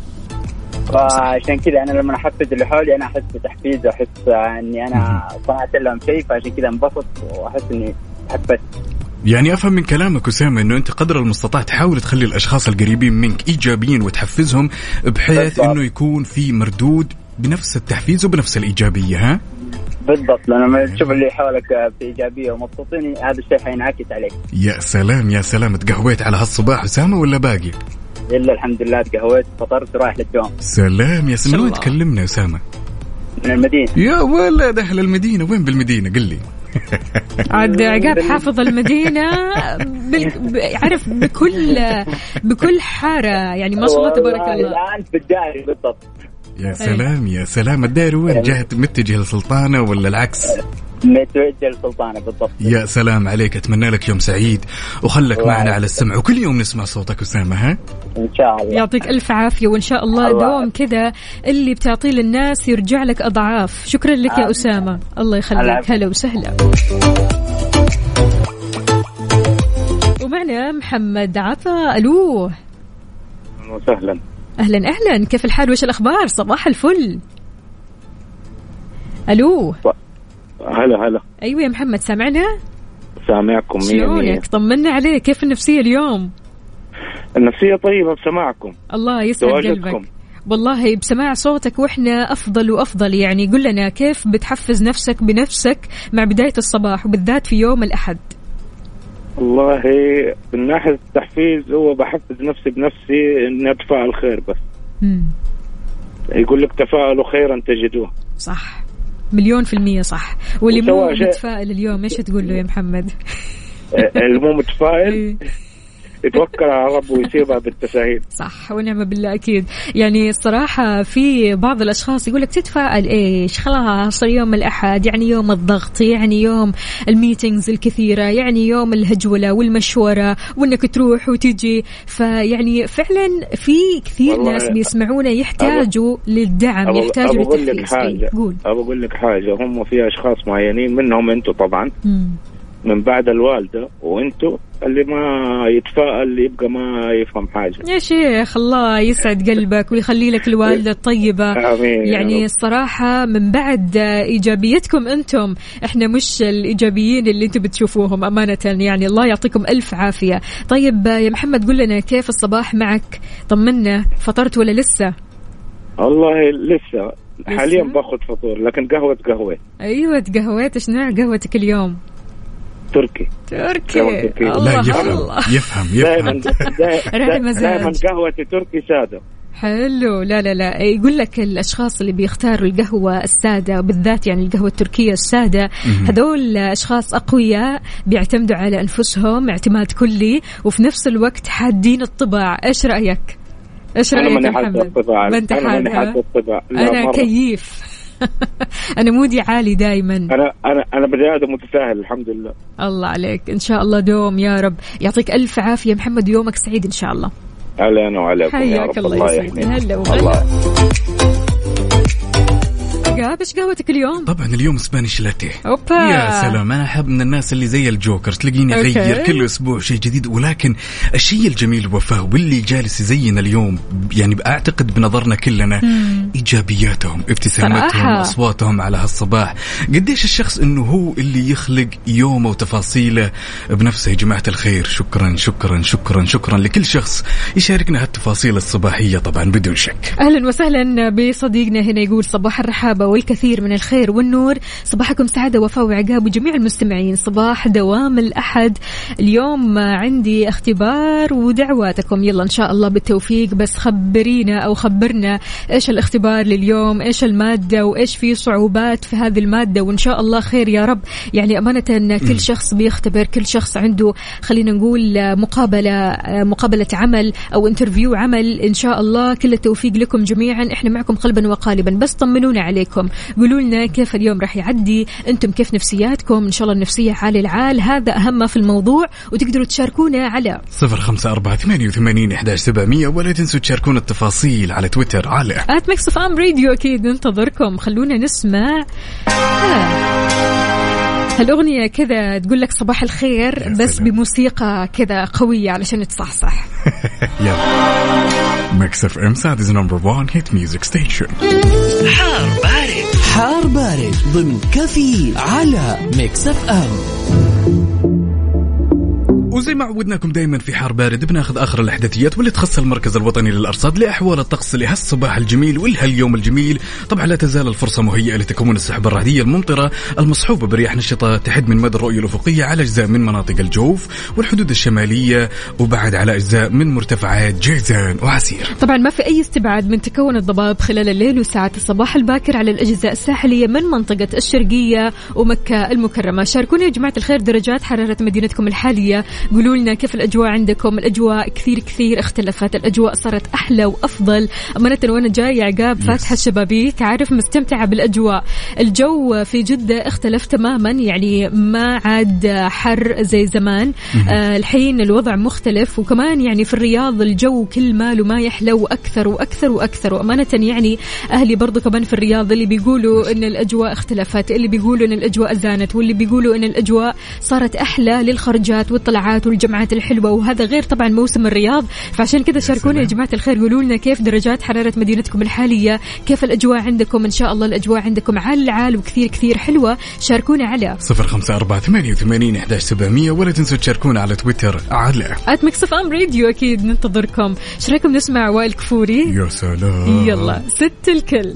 فعشان كذا أنا لما أحفز اللي حولي أنا أحس بتحفيز وأحس إني أنا صنعت لهم شيء، فعشان كذا انبسط وأحس إني تحفزت. يعني أفهم من كلامك أسامة إنه أنت قدر المستطاع تحاول تخلي الأشخاص القريبين منك إيجابيين وتحفزهم بحيث إنه يكون في مردود بنفس التحفيز وبنفس الإيجابية. ها؟ بالضبط، لما تشوف اللي حولك بإيجابية ومبسوطين هذا الشيء حينعكس عليك. يا سلام يا سلام. تقهويت على هالصباح أسامة ولا باقي؟ إلا الحمد لله تقهويت، فطرت رايح للدوام. سلام يا سلام. وين تكلمنا أسامة؟ من المدينة. يا ولد أهل المدينة. وين بالمدينة قل لي؟ عاد عقاب حافظ المدينة عرف بكل حارة، يعني ما شاء الله تبارك الله. الآن في الدائري بالضبط. يا سلام يا سلام. الدائري وين؟ جهة متجه لسلطانة ولا العكس؟ متوجه للسلطانة بالضبط. يا سلام عليك، أتمنى لك يوم سعيد وخلك معنا على السمع وكل يوم نسمع صوتك أسامة. ها إن شاء الله. يعطيك ألف عافية، وإن شاء الله دوم كذا اللي بتعطيه للناس يرجع لك أضعاف. شكرا لك يا أسامة، الله يخليك. هلا وسهلا. ومعنا محمد عطا. ألو وسهلا. أهلا، كيف الحال وإيش الأخبار؟ صباح الفل. ألو هلا. أيوة يا محمد سامعنا؟ سامعكم. شلونك؟ طمنا عليك، كيف النفسية اليوم؟ النفسية طيبة بسماعكم. الله يسعد قلبك. والله بسماع صوتك وإحنا أفضل وأفضل. يعني قل لنا كيف بتحفز نفسك بنفسك مع بداية الصباح وبالذات في يوم الأحد؟ والله من ناحية التحفيز هو بحفز نفسي بنفسي إني أتفاعل خير بس. يقول لك تفاعلوا خيرا تجدوه. صح 100% صح. واللي مو متفائل اليوم إيش تقول له يا محمد؟ اللي مو متفائل يتوكل على رب ويسيبها بالتساهيل. صح ونعم بالله أكيد. يعني الصراحة في بعض الأشخاص يقولك تتفائل إيش، خلاص اليوم الأحد يعني يوم الضغط، يعني يوم الميتينجز الكثيرة، يعني يوم الهجولة والمشورة وإنك تروح وتجي. فيعني فعلا في كثير ناس بيسمعونا يحتاجوا للدعم، يحتاجوا للتحفيز. أقول لك حاجة، هم في أشخاص معينين منهم أنتوا طبعا من بعد الوالدة، وأنتوا اللي ما يتفائل يبقى ما يفهم حاجة يا شيخ. الله يسعد قلبك ويخلي لك الوالدة الطيبة. آمين. يعني الصراحة من بعد إيجابيتكم أنتم إحنا مش الإيجابيين اللي أنتم بتشوفوهم أمانة. يعني الله يعطيكم ألف عافية. طيب يا محمد قل لنا كيف الصباح معك؟ طمنا، فطرت ولا لسه؟ والله لسه حاليا باخذ فطور، لكن قهوة. أيوة تقهويت. إيش نوع قهوتك اليوم؟ تركي. لا يفهم دائما قهوتي تركي سادة. حلو. لا يقول لك الأشخاص اللي بيختاروا القهوة السادة بالذات، يعني القهوة التركية السادة، هذول أشخاص أقوياء بيعتمدوا على أنفسهم اعتماد كلي، وفي نفس الوقت حادين الطباع. إيش رأيك؟ أنا ماني حاد الطباع. أنا كيف أنا مودي عالي دايما. أنا بني آدم متفاعل الحمد لله. الله عليك، إن شاء الله دوم يا رب. يعطيك ألف عافية محمد، يومك سعيد إن شاء الله. علينا وعليكم. حياك الله يسعدك. هلا وغلا. ايش قهوتك اليوم؟ طبعا اليوم سبانيش لاتيه. أوبا. يا سلام، انا احب من الناس اللي زي الجوكر، تلاقيني اغير كل اسبوع شيء جديد. ولكن الشيء الجميل وفاء واللي جالس يزين اليوم، يعني اعتقد بنظرنا كلنا ايجابياتهم، ابتسامتهم، اصواتهم على هالصباح. قديش الشخص انه هو اللي يخلق يومه وتفاصيله بنفسه. يا جماعة الخير شكرا شكرا شكرا شكرا لكل شخص يشاركنا هالتفاصيل الصباحية طبعا بدون شك. اهلا وسهلا بصديقنا هنا يقول صباح الرحابة والكثير من الخير والنور، صباحكم سعادة وفاء وعقاب وجميع المستمعين، صباح دوام الأحد. اليوم عندي اختبار ودعواتكم، يلا إن شاء الله بالتوفيق. بس خبرينا أو خبرنا إيش الاختبار لليوم، إيش المادة وإيش في صعوبات في هذه المادة، وإن شاء الله خير يا رب. يعني أمانة كل شخص بيختبر، كل شخص عنده خلينا نقول مقابلة عمل أو انترفيو عمل. إن شاء الله كل التوفيق لكم جميعا، إحنا معكم قلبا وقالبا. بس طمنونا عليكم، قولوا لنا كيف اليوم راح يعدي، انتم كيف نفسياتكم؟ ان شاء الله النفسية عال العال، هذا اهم ما في الموضوع. وتقدروا تشاركونا على 0548811700، ولا تنسوا تشاركونا التفاصيل على تويتر على @mixfmradio. اكيد ننتظركم. خلونا نسمع هالأغنية كذا تقول لك صباح الخير، بس بموسيقى كذا قوية علشان تصحصح. ميكس اف ام سعوديز نمبر 1 هيت ميوزك ستيشن. حار بارد ضمن كفي على ميكس اف ام. وزي ما عودناكم دايما في حار بارد بناخذ آخر الأحداثيات واللي تخص المركز الوطني للأرصاد لأحوال الطقس لهالصباح الجميل ولهاليوم الجميل. طبعا لا تزال الفرصة مهيئة لتكون السحب الرعدية الممطرة المصحوبة برياح نشطة تحد من مدى الرؤية الأفقية على أجزاء من مناطق الجوف والحدود الشمالية، وبعد على أجزاء من مرتفعات جيزان وعسير. طبعا ما في أي استبعاد من تكون الضباب خلال الليل وساعات الصباح الباكر على الأجزاء الساحلية من منطقة الشرقية ومكة المكرمة. شاركونا يا جماعة الخير درجات حرارة مدينتكم الحالية، قولوا لنا كيف الأجواء عندكم. الأجواء كثير اختلفت، الأجواء صارت أحلى وأفضل أمانة. وأنا جاي عقاب فاتحة الشبابيك، عارف مستمتعة بالأجواء. الجو في جدة اختلف تماما، يعني ما عاد حر زي زمان. الحين الوضع مختلف. وكمان يعني في الرياض الجو كل ماله ما يحلو أكثر وأكثر وأكثر. وأمانة يعني أهلي برضو كمان في الرياض اللي بيقولوا إن الأجواء اختلفت، اللي بيقولوا إن الأجواء زانت، واللي بيقولوا إن الأجواء صارت أحلى للخرجات والطلعات الاجتماعات والجمعات الحلوة، وهذا غير طبعا موسم الرياض. فعشان كذا شاركونا يا جماعة الخير، قولوا لنا كيف درجات حرارة مدينتكم الحالية، كيف الأجواء عندكم. إن شاء الله الأجواء عندكم عال العال وكثير كثير حلوة. شاركونا على 0548811700، ولا تنسوا تشاركونا على تويتر على @mixfmradio. أكيد ننتظركم. ايش رايكم نسمع وائل كفوري؟ يا سلام. يلا ست الكل.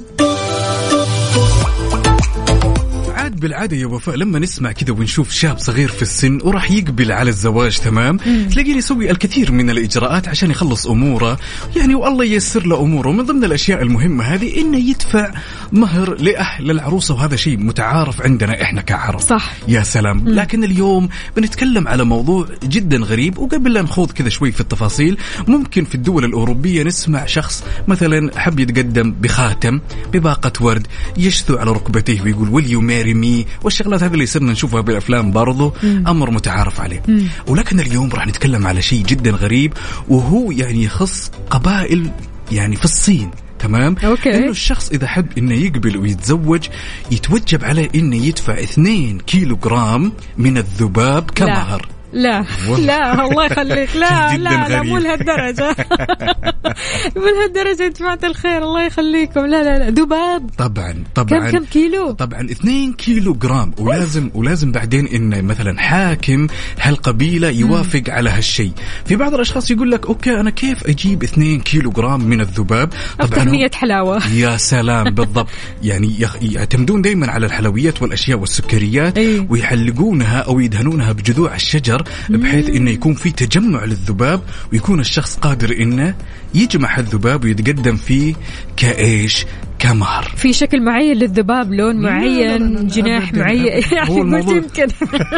عاد بالعادة يا وفاء لما نسمع كذا ونشوف شاب صغير في السن وراح يقبل على الزواج، تمام، تلاقيه يسوي الكثير من الإجراءات عشان يخلص أموره يعني، والله ييسر له أموره. من ضمن الأشياء المهمة هذه إنه يدفع مهر لأهل العروسة، وهذا شيء متعارف عندنا إحنا كعرب. صح. يا سلام. لكن اليوم بنتكلم على موضوع جدا غريب، وقبل لا نخوض كذا شوي في التفاصيل، ممكن في الدول الأوروبية نسمع شخص مثلا حب يتقدم بخاتم بباقة ورد يشثو على ركبتيه ويقول will you marry me، والشغلات هذه اللي صرنا نشوفها بالأفلام برضو أمر متعارف عليه. ولكن اليوم راح نتكلم على شيء جدا غريب، وهو يعني يخص قبائل يعني في الصين، تمام. إنه الشخص إذا حب إنه يقبل ويتزوج يتوجب عليه إنه يدفع 2 كيلوغرام من الذباب كمهر. لا لا الله يخليك، لا لا لا مو لهالدرجة مو لهالدرجة يا جماعة الخير، الله يخليكم. لا لا لا ذباب طبعا. كم كيلو؟ طبعا 2 كيلو جرام. ولازم بعدين إن مثلا حاكم هالقبيلة يوافق على هالشيء. في بعض الأشخاص يقول لك أوكي أنا كيف أجيب 2 كيلو جرام من الذباب؟ طبعا 100 حلاوة. يا سلام بالضبط. يعني يعتمدون دايما على الحلويات والأشياء والسكريات ويحلقونها أو يدهنونها بجذوع الشجر بحيث إنه يكون في تجمع للذباب، ويكون الشخص قادر إنه يجمع الذباب ويتقدم فيه كإيش؟ كمهر. في شكل معين للذباب، لون معين، جناح معين، يعني يمكن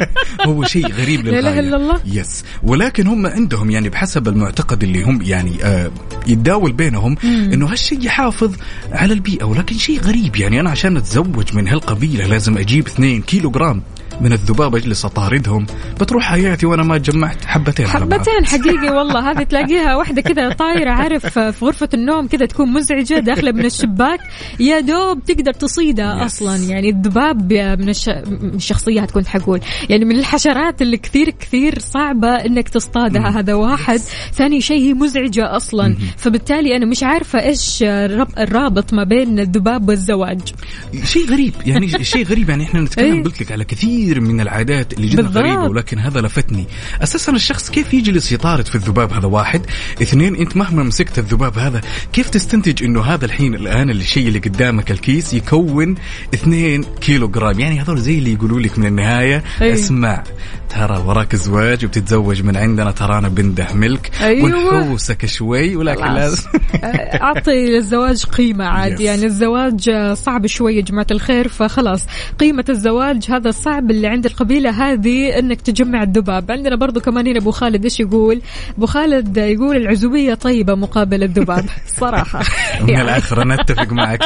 هو شيء غريب للغاية. لا إله إلا الله. يس. ولكن هم عندهم يعني بحسب المعتقد اللي هم يعني يتداول بينهم إنه هالشيء يحافظ على البيئة. ولكن شيء غريب يعني، أنا عشان أتزوج من هالقبيلة لازم أجيب 2 كيلو جرام من الذباب أجلس أطاردهم، بتروح حياتي وأنا ما جمعت حبتين حقيقي والله. هذه تلاقيها واحدة كذا طايرة، عارف، في غرفة النوم كذا تكون مزعجة داخلة من الشباك، يا دوب تقدر تصيدها أصلا. يعني الذباب من الشخصيات كنت حقول يعني من الحشرات اللي كثير كثير صعبة إنك تصطادها. هذا واحد. ثاني شيء هي مزعجة أصلا. فبالتالي أنا مش عارفة إيش الرابط ما بين الذباب والزواج. شيء غريب يعني شيء غريب يعني. إحنا نتكلم قلت لك على كثير من العادات اللي جدا غريبة، ولكن هذا لفتني. أساسا الشخص كيف يجلس يطارد في الذباب؟ هذا واحد. 2 أنت مهما مسكت الذباب هذا كيف تستنتج إنه هذا الآن الشيء اللي قدامك الكيس يكون 2 كيلو جرام؟ يعني هذول زي اللي يقولوا لك من النهاية اسمع ترى وراك زواج وبتتزوج من عندنا، ترانا بنده ملك ونحوسك شوي، ولكن لازم أعطي للزواج قيمة عادي. يعني الزواج صعب شوي يا جماعة الخير، فخلاص قيمة الزواج هذا الصعب اللي عند القبيلة هذه إنك تجمع الذباب. عندنا برضو كمان هنا أبو خالد إيش يقول؟ أبو خالد يقول العزوبية طيبة مقابل الذباب. صراحة من الآخر أنا أتفق معك.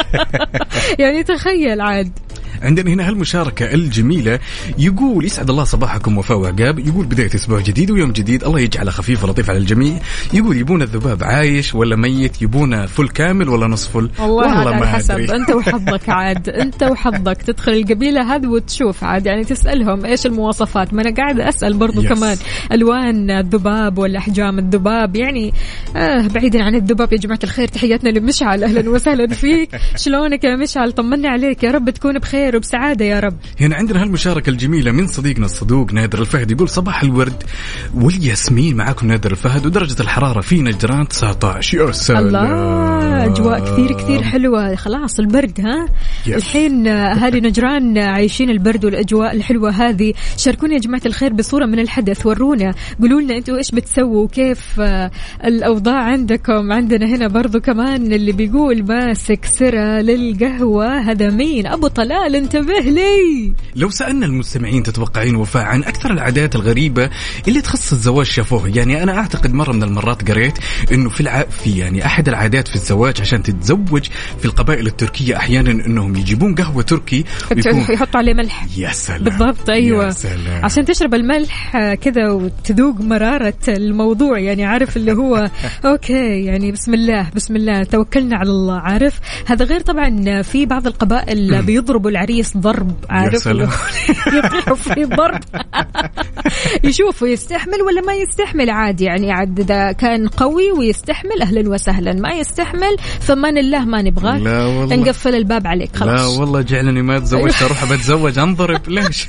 يعني تخيل عاد. عندنا هنا هالمشاركة الجميلة، يقول يسعد الله صباحكم وفاء وعقاب. يقول بداية أسبوع جديد ويوم جديد، الله يجعله خفيف ولطيف على الجميع. يقول يبون الذباب عايش ولا ميت؟ يبون فل كامل ولا نصف فل؟ والله ما حسب أنت وحظك عاد. أنت وحظك تدخل القبيلة هذه وتشوف عاد، يعني تسألهم إيش المواصفات. ما أنا قاعدة أسأل برضو كمان ألوان الذباب ولا أحجام الذباب. يعني بعيدا عن الذباب يا جماعة الخير، تحياتنا لمشعل، أهلا وسهلا فيك. شلونك يا مشعل؟ طمني عليك، يا رب تكون بخير وبسعادة يا رب. هنا عندنا هالمشاركة الجميلة من صديقنا الصدوق نادر الفهد. يقول صباح الورد والياسمين، معكم نادر الفهد، ودرجة الحرارة في نجران 19. يا سلام، الله أجواء كثير كثير حلوة. خلاص البرد ها الحين أهالي نجران عايشين البرد والأجواء الحلوة هذه. شاركونا يا جماعة الخير بصورة من الحدث، ورونا قولوا لنا أنتوا إيش بتسووا، كيف الأوضاع عندكم. عندنا هنا برضو كمان اللي بيقول ماسك سرة للقهوة، هذا مين؟ أبو طلال، انتبه لي. لو سألنا المستمعين تتوقعين وفاء عن أكثر العادات الغريبة اللي تخص الزواج شافوه؟ يعني أنا أعتقد مرة من المرات قريت إنه في يعني أحد العادات في الزواج عشان تتزوج في القبائل التركية أحيانا إنهم يجيبون قهوة تركي يحطوا عليه ملح. يا سلام بالضبط، أيوة، يا سلام. عشان تشرب الملح كذا وتذوق مرارة الموضوع. يعني عارف اللي هو أوكي، يعني بسم الله بسم الله توكلنا على الله. عارف هذا غير طبعا في بعض القبائل بيضربوا العريس العريس ضرب، عارف يطيحوا في ضرب يشوفوا يستحمل ولا ما يستحمل. عادي يعني، عاد إذا كان قوي ويستحمل أهلا وسهلا، ما يستحمل فمان الله ما نبغاك، نقفل الباب عليك خلاص. لا والله جعلني ما تزوجت أروح بتزوج أنضرب ليش؟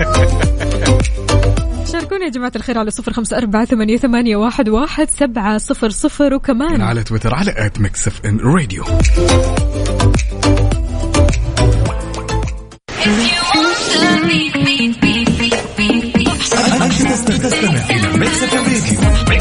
شاركونا يا جماعة الخير على 0548811700 وكمان على تويتر على @mixfmradio. أنت تستمع إلى ميكس اف ام راديو.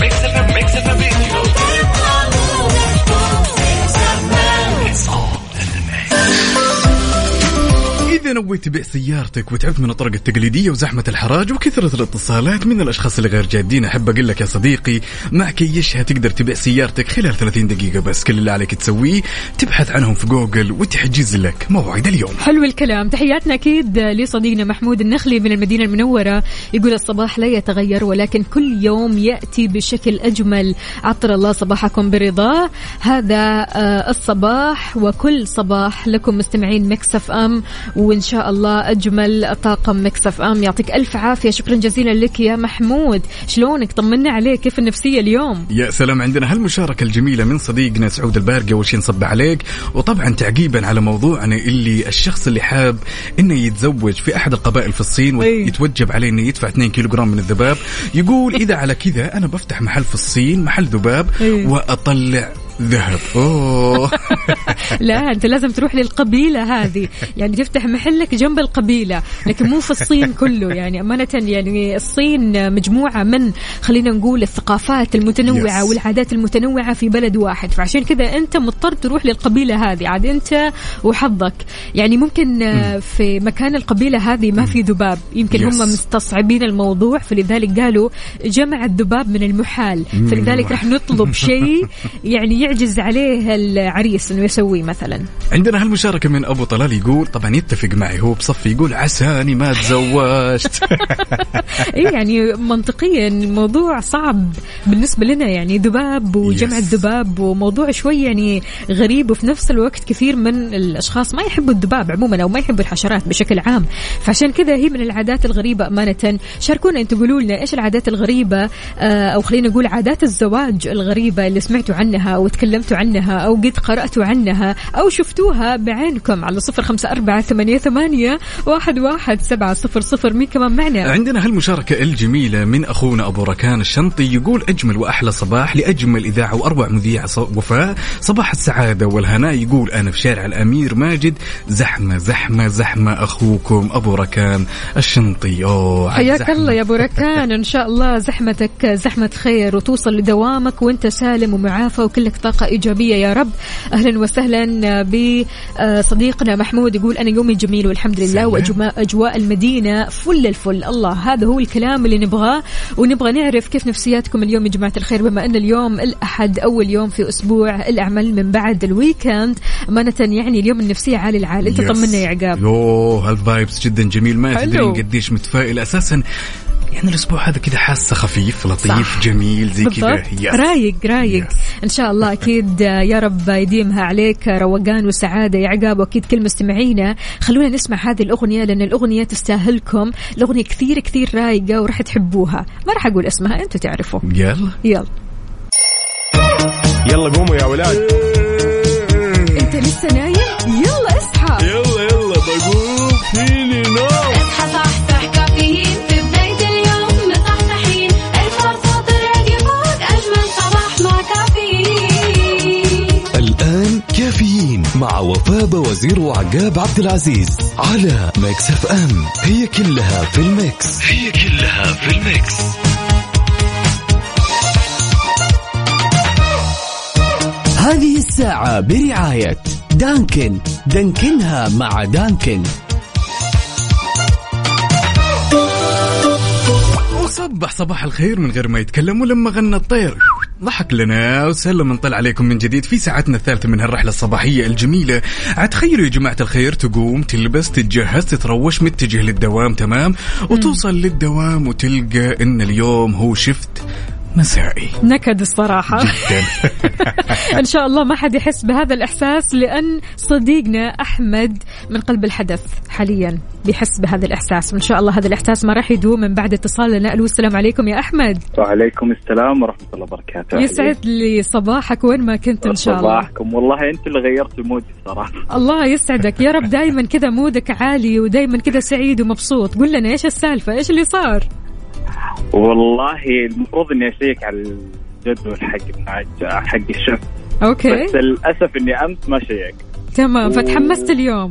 إذا نويت تبيع سيارتك وتعبت من الطرق التقليدية وزحمة الحراج وكثرة الاتصالات من الأشخاص اللي غير جادين، أحب أقول لك يا صديقي مع كيشها تقدر تبيع سيارتك خلال 30 دقيقة بس. كل اللي عليك تسويه تبحث عنهم في جوجل وتحجز لك موعد اليوم. حلو الكلام. تحياتنا أكيد لصديقنا محمود النخلي من المدينة المنورة، يقول الصباح لا يتغير ولكن كل يوم يأتي بشكل أجمل، عطر الله صباحكم برضاه. هذا الصباح وكل صباح لكم مستمعين ميكس اف ام، وإن شاء الله أجمل طاقم ميكس اف ام. يعطيك ألف عافية، شكرا جزيلا لك يا محمود. شلونك؟ طمنا عليك، كيف النفسية اليوم؟ يا سلام. عندنا هالمشاركة الجميلة من صديقنا سعود البارقة، أول شيء نصب عليك، وطبعا تعقيبا على موضوعنا اللي الشخص اللي حاب إنه يتزوج في أحد القبائل في الصين ويتوجب عليه إنه يدفع 2 كيلوغرام من الذباب، يقول إذا على كذا أنا بفتح محل في الصين، محل ذباب، وأطلع ذهب. أوه. لا أنت لازم تروح للقبيلة هذه، يعني تفتح محلك جنب القبيلة، لكن مو في الصين كله. يعني أمانة يعني الصين مجموعة من خلينا نقول الثقافات المتنوعة والعادات المتنوعة في بلد واحد، فعشان كذا أنت مضطر تروح للقبيلة هذه، عاد أنت وحظك. يعني ممكن في مكان القبيلة هذه ما في ذباب، يمكن هم مستصعبين الموضوع، فلذلك قالوا جمع الذباب من المحال، فلذلك رح نطلب شيء يعني يعجز عليه العريس انه يسويه مثلا. عندنا هالمشاركة من ابو طلال، يقول طبعا يتفق معي، هو بصفي يقول عساني ما تزوجت. اي يعني منطقيا الموضوع صعب بالنسبة لنا، يعني ذباب وجمع الذباب وموضوع شوي يعني غريب، وفي نفس الوقت كثير من الاشخاص ما يحبوا الذباب عموما او ما يحبوا الحشرات بشكل عام، فعشان كذا هي من العادات الغريبة. امانة شاركونا انتم، قولوا لنا ايش العادات الغريبة او خلينا نقول عادات الزواج الغريبة اللي سمعتوا عنها او تكلمتوا عنها أو قد قرأتوا عنها أو شفتوها بعينكم على 0548811700. مين كمان معنا؟ عندنا هالمشاركة الجميلة من أخونا أبو ركان الشنطي، يقول أجمل وأحلى صباح لأجمل إذاعة وأروع مذيع وفاء، صباح السعادة والهناء. يقول أنا في شارع الأمير ماجد، زحمة زحمة زحمة، أخوكم أبو ركان الشنطي. حياك الله يا أبو ركان، إن شاء الله زحمتك زحمة خير وتوصل لدوامك وانت سالم ومعافى وكلك طاقة إيجابية يا رب. أهلا وسهلا بصديقنا محمود، يقول أنا يومي جميل والحمد لله، وأجواء المدينة فل الفل. الله، هذا هو الكلام اللي نبغاه، ونبغى نعرف كيف نفسياتكم اليوم يا جماعة الخير، بما أن اليوم الأحد أول يوم في أسبوع الأعمال من بعد الويكند. أمانة يعني اليوم النفسية عالي العال. أنت طمنا يا عقاب. هالفايبس جدا جميل، ما تدرين قديش متفائل أساسا. يعني الأسبوع هذا كده حاسة خفيف لطيف جميل زي كده، رايق إن شاء الله. أكيد يا رب يديمها عليك روقان وسعادة يا عقاب. وأكيد كل مستمعينا خلونا نسمع هذه الأغنية، لأن الأغنية تستاهلكم. الأغنية كثير كثير رايقة ورح تحبوها، ما رح أقول اسمها، أنتوا تعرفوا. يلا قوموا يا ولاد. أنت لسه نايم؟ يلا اصحى، يلا بقوم فيني نوم. اصحى صحصح كافيين في بداية اليوم، مصحصحين الفرصة تراقي فوق أجمل صباح مع كافيين. الآن كافيين مع وفاء وزير وعقاب عبد العزيز على ميكس اف ام. هي كلها في الميكس. هذه الساعة برعاية دانكن، دانكنها مع دانكن. صباح الخير من غير ما يتكلم، ولما غنى الطير ضحك لنا وسلم. نطلع عليكم من جديد في ساعتنا الثالثة من هالرحلة الصباحية الجميلة. تخيلوا يا جماعة الخير تقوم تلبس تتجهز تتروش متجه للدوام، تمام، وتوصل للدوام وتلقى إن اليوم هو شفت مسائي نكد الصراحة إن شاء الله ما حد يحس بهذا الإحساس، لأن صديقنا أحمد من قلب الحدث حاليا بيحس بهذا الإحساس، وإن شاء الله هذا الإحساس ما راح يدوم من بعد اتصالنا. ألو السلام عليكم يا أحمد. وعليكم السلام ورحمة الله وبركاته. يسعد لي صباحك وين ما كنت إن شاء الله. صباحكم، والله أنت اللي غيرت المود الصراحة. الله يسعدك يا رب، دايما كذا مودك عالي ودايما كذا سعيد ومبسوط. قل لنا إيش السالفة، إيش اللي صار؟ والله المفروض إني أشيك على الجدول حق الشف. أوكي. بس للأسف إني أمس ما شيك. تمام. فتحمست اليوم.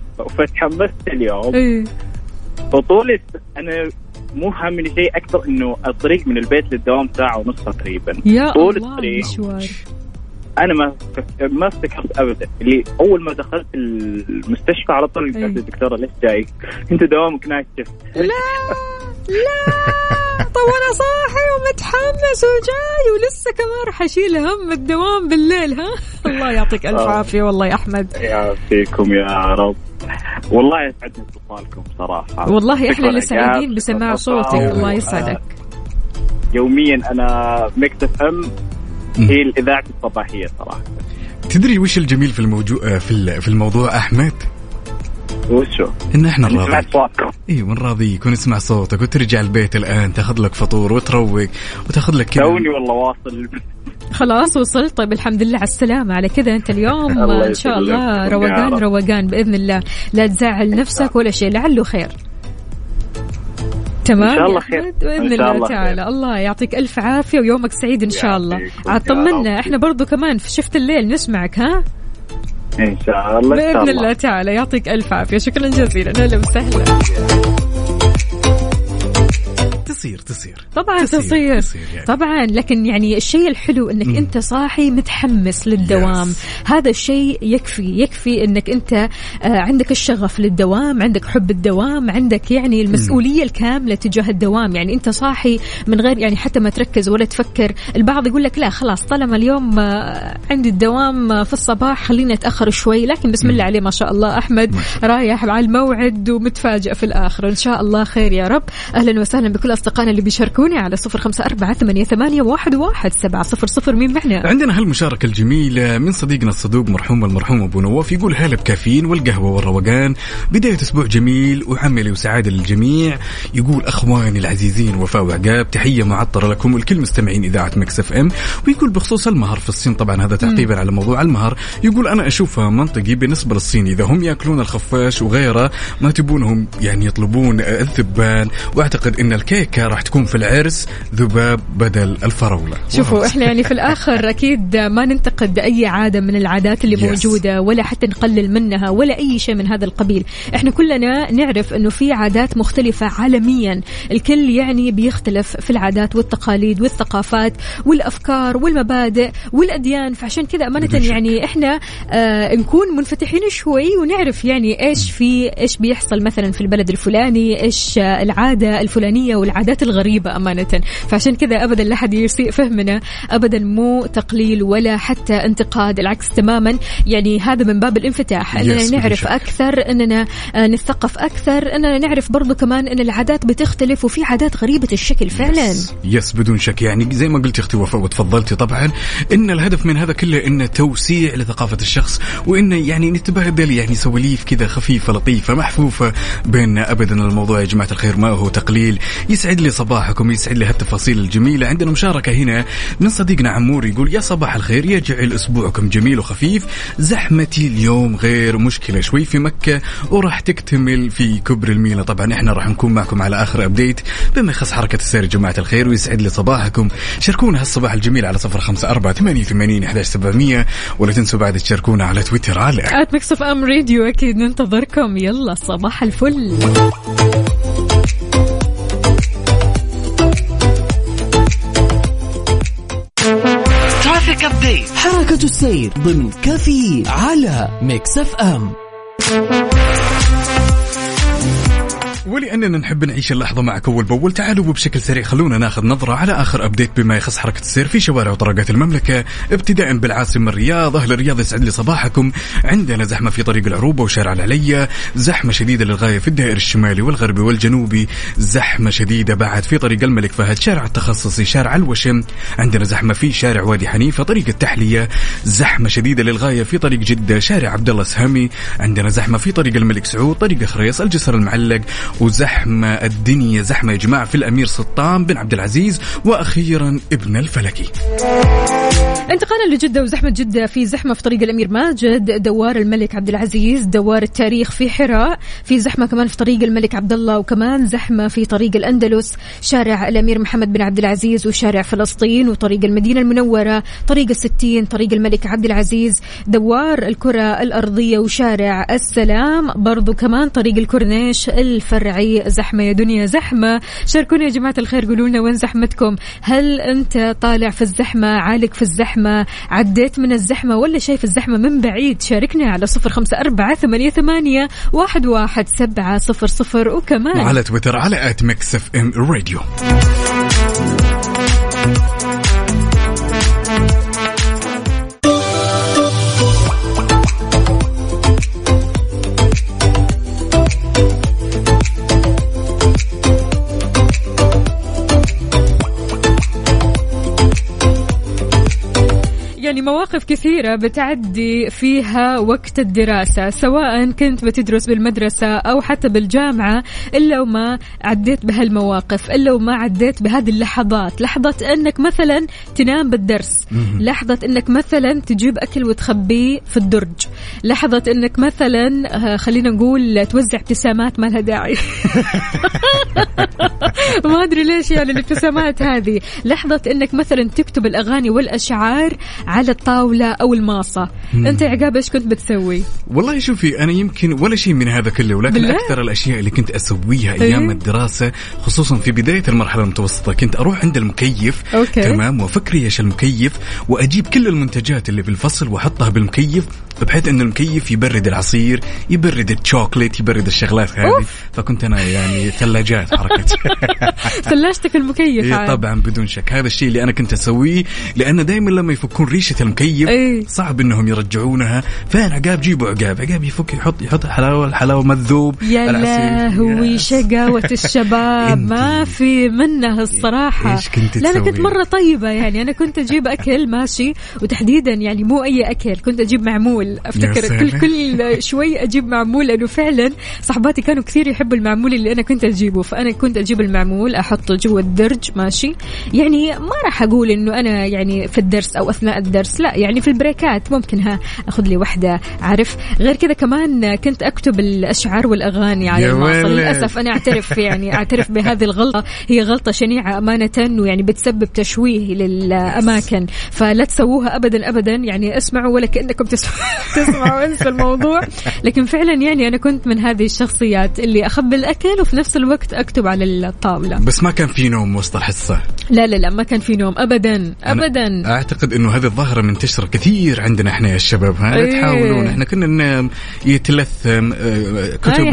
إيه. بطولة أنا مو هامني شيء أكثر إنه الطريق من البيت للدوام ساعة ونص تقريبا. يا طول الله الطريق مشوار. أنا ما استكرت أبدا. اللي أول ما دخلت المستشفى على طول قالت الدكتورة ليش جاي؟ أنت دوامك ناكتف. لا طب أنا صاحي ومتحمس وجاي ولسه كمان راح أشيل هم الدوام بالليل. ها الله يعطيك ألف عافية والله يا أحمد. يعافيكم يا رب. والله يسعدني اتصالكم صراحة. والله إحنا اللي سعيدين بسماع صوتك. الله يسعدك. يوميا أنا ميكس اف ام هي الإذاعة الصباحية صراحة. تدري وش الجميل في الموضوع أحمد؟ وشو؟ إن إحنا نراضيك. إيوه نراضيك ونسمع صوتك وترجع البيت الآن تاخذ لك فطور وتروق وتاخذ لك كذا. توني والله واصل. خلاص وصلت. طيب الحمد لله على السلامة. على كده أنت اليوم إن شاء الله روقان بإذن الله. لا تزعل نفسك ولا شيء، لعله خير. تمام إن شاء الله خير بإذن الله تعالى. الله يعطيك ألف عافية ويومك سعيد إن شاء الله. عطمنا إحنا برضو كمان في شفت الليل نسمعك. ها إن شاء الله بإذن الله تعالى. يعطيك ألف عافية. شكرا جزيلا. أهلا وسهلا. تصير طبعا تصير يعني. طبعا لكن يعني الشيء الحلو انك انت صاحي متحمس للدوام. هذا الشيء يكفي انك انت عندك الشغف للدوام، عندك حب الدوام، عندك يعني المسؤولية الكاملة تجاه الدوام. يعني انت صاحي من غير يعني حتى ما تركز ولا تفكر. البعض يقول لك لا خلاص طالما اليوم عندي الدوام في الصباح خليني اتأخر شوي، لكن بسم الله عليه ما شاء الله أحمد رايح على الموعد ومتفاجئ في الآخر. إن شاء الله خير يا رب. أهلا وسهلا بكل أصدقائنا اللي بيشاركوني على 0548811700. مين معنا؟ عندنا هالمشاركة الجميلة من صديقنا الصدوق مرحوم المرحوم أبو نواف. يقول هلا بكافيين والقهوة والروقان، بداية أسبوع جميل وعملي وسعادة للجميع. يقول أخواني العزيزين وفاء وعقاب، تحية معطرة لكم والكل مستمعين إذاعة ميكس اف ام. ويقول بخصوص المهر في الصين، طبعا هذا تعقيبا على موضوع المهر، يقول أنا أشوفها منطقي بالنسبة للصين. إذا هم يأكلون الخفاش وغيره ما تبونهم يعني يطلبون الذبان، وأعتقد إن الكيكة راح تكون في العرس ذباب بدل الفراولة. شوفوا إحنا يعني في الآخر أكيد ما ننتقد أي عادة من العادات اللي موجودة ولا حتى نقلل منها ولا أي شيء من هذا القبيل. إحنا كلنا نعرف إنه في عادات مختلفة عالميا، الكل يعني بيختلف في العادات والتقاليد والثقافات والأفكار والمبادئ والأديان. فعشان كذا أمانة يعني إحنا نكون منفتحين شوي ونعرف يعني إيش بيحصل مثلا في البلد الفلاني، إيش العادة الفلانية والعادات الغريبة أمانة. فعشان كذا أبدا لا حد يسيء فهمنا، أبدا مو تقليل ولا حتى انتقاد، العكس تماما. يعني هذا من باب الانفتاح، أننا نعرف أكثر، أننا نثقف أكثر، أننا نعرف برضو كمان أن العادات بتختلف وفي عادات غريبة الشكل فعلا. يس بدون شك. يعني زي ما قلت أختي وفاء وتفضلتي طبعا إن الهدف من هذا كله إنه توسيع لثقافة الشخص، وإنه يعني نتبادل يعني سواليف كذا خفيفة لطيفة محفوفة بيننا. أبدا الموضوع يا جماعة الخير ما هو تقليل. يسعد لي صباحكم، يسعد لي هالتفاصيل الجميلة. عندنا مشاركة هنا من صديقنا عمور يقول يا صباح الخير، يجعل أسبوعكم جميل وخفيف. زحمتي اليوم غير مشكلة شوي في مكة وراح تكتمل في كبر المينا. طبعا احنا راح نكون معكم على آخر أبديت بما يخص حركة السير جماعة الخير، ويسعد لي صباحكم. شاركونا هالصباح الجميل على 0548811700، ولا تنسوا بعد تشاركونا على تويتر على @mixfmradio. أكيد ننتظركم. يلا صباح الفل. ترافيك أبديت، حركة السير ضمن كافيين على ميكس اف ام. ولأننا نحب نعيش اللحظة معك أول بأول، تعالوا وبشكل سريع خلونا ناخذ نظرة على آخر أبديت بما يخص حركة السير في شوارع وطرقات المملكة، ابتداء بالعاصمة الرياض. أهل الرياض يسعد لي صباحكم. عندنا زحمة في طريق العروبة وشارع العليا، زحمة شديدة للغاية في الدائر الشمالي والغربي والجنوبي، زحمة شديدة بعد في طريق الملك فهد، شارع التخصصي، شارع الوشم. عندنا زحمة في شارع وادي حنيفة، طريق التحلية، زحمة شديدة للغاية في طريق جدة، شارع عبد الله السهمي. عندنا زحمة في طريق الملك سعود، طريق خريص، الجسر المعلق، وزحمة الدنيا زحمة يا جماعة في الأمير سلطان بن عبد العزيز، وأخيرا ابن الفلكي. انتقالا لجدة وزحمة جدة، في زحمة في طريق الأمير ماجد، دوار الملك عبد العزيز، دوار التاريخ في حراء، في زحمة كمان في طريق الملك عبد الله، وكمان زحمة في طريق الأندلس، شارع الأمير محمد بن عبد العزيز، وشارع فلسطين، وطريق المدينة المنورة، طريق الستين، طريق الملك عبد العزيز، دوار الكرة الأرضية، وشارع السلام، برضو كمان طريق الكورنيش الفرعي زحمة يا دنيا زحمة. شاركونا يا جماعة الخير، قولوا لنا وين زحمتكم، هل أنت طالع في الزحمة، عالق في الزحمة، عديت من الزحمة، ولا شايف الزحمة من بعيد؟ شاركنا على 0548811700 وكمان وعلى تويتر على @mixfmradio. يعني مواقف كثيرة بتعدي فيها وقت الدراسة، سواء كنت بتدرس بالمدرسة أو حتى بالجامعة، إلا وما عديت بهالمواقف، إلا وما عديت بهذه اللحظات، لحظة أنك مثلا تنام بالدرس، لحظة أنك مثلا تجيب أكل وتخبيه في الدرج، لحظة أنك مثلا خلينا نقول توزع ابتسامات ما لها داعي ما أدري ليش يعني الابتسامات هذه، لحظة أنك مثلا تكتب الأغاني والأشعار على الطاولة أو الماصة. أنت يا عقاب إيش كنت بتسوي؟ والله شوفي، أنا يمكن ولا شيء من هذا كله، ولكن بالله؟ أكثر الأشياء اللي كنت أسويها أيام الدراسة خصوصا في بداية المرحلة المتوسطة، كنت أروح عند المكيف. تمام، وفكري المكيف، وأجيب كل المنتجات اللي بالفصل وأحطها بالمكيف، بحيث أن المكيف يبرد العصير، يبرد الشوكولات، يبرد الشغلات هذه. فكنت أنا يعني ثلاجات حركتي ثلاجتك المكيف. طبعا بدون شك هذا الشيء اللي أنا كنت أسويه، لأن دائما لما يفكون ريشة المكيف صعب إنهم يرجعونها. فين عقاب؟ جيبوا عقاب يفك، يحط الحلاوة مذوب. يا لهوي شقاوة الشباب ما في منها الصراحة. لا أنا كنت مرة طيبة، يعني أنا كنت أجيب أكل ماشي، وتحديدا يعني مو أي أكل، كنت أجيب معمول. أفتكر كل شوي أجيب معمول، لأنه فعلا صحباتي كانوا كثير يحبوا المعمول اللي أنا كنت أجيبه، فأنا كنت أجيب المعمول أحطه جوا الدرج ماشي. يعني ما راح أقول إنه أنا يعني في الدرس أو أثناء الدرس، لا يعني في البريكات ممكن أخذ لي واحدة، عارف. غير كذا كمان كنت أكتب الأشعار والأغاني على المواصل. للأسف أنا أعترف بهذه الغلطة، هي غلطة شنيعة أمانة، ويعني بتسبب تشويه للأماكن، فلا تسووها أبدا أبدا. يعني اسمعوا ولا كأنكم تسمعوا انسوا الموضوع. لكن فعلا يعني أنا كنت من هذه الشخصيات اللي أخبي الأكل وفي نفس الوقت أكتب على الطاولة. بس ما كان في نوم وسط الحصة؟ لا ما كان في نوم أبدا أبدا. أعتقد إنه هذه الظاهرة منتشرة كثير عندنا إحنا يا الشباب. تحاولون إحنا كنا ننام يتلثم كتب.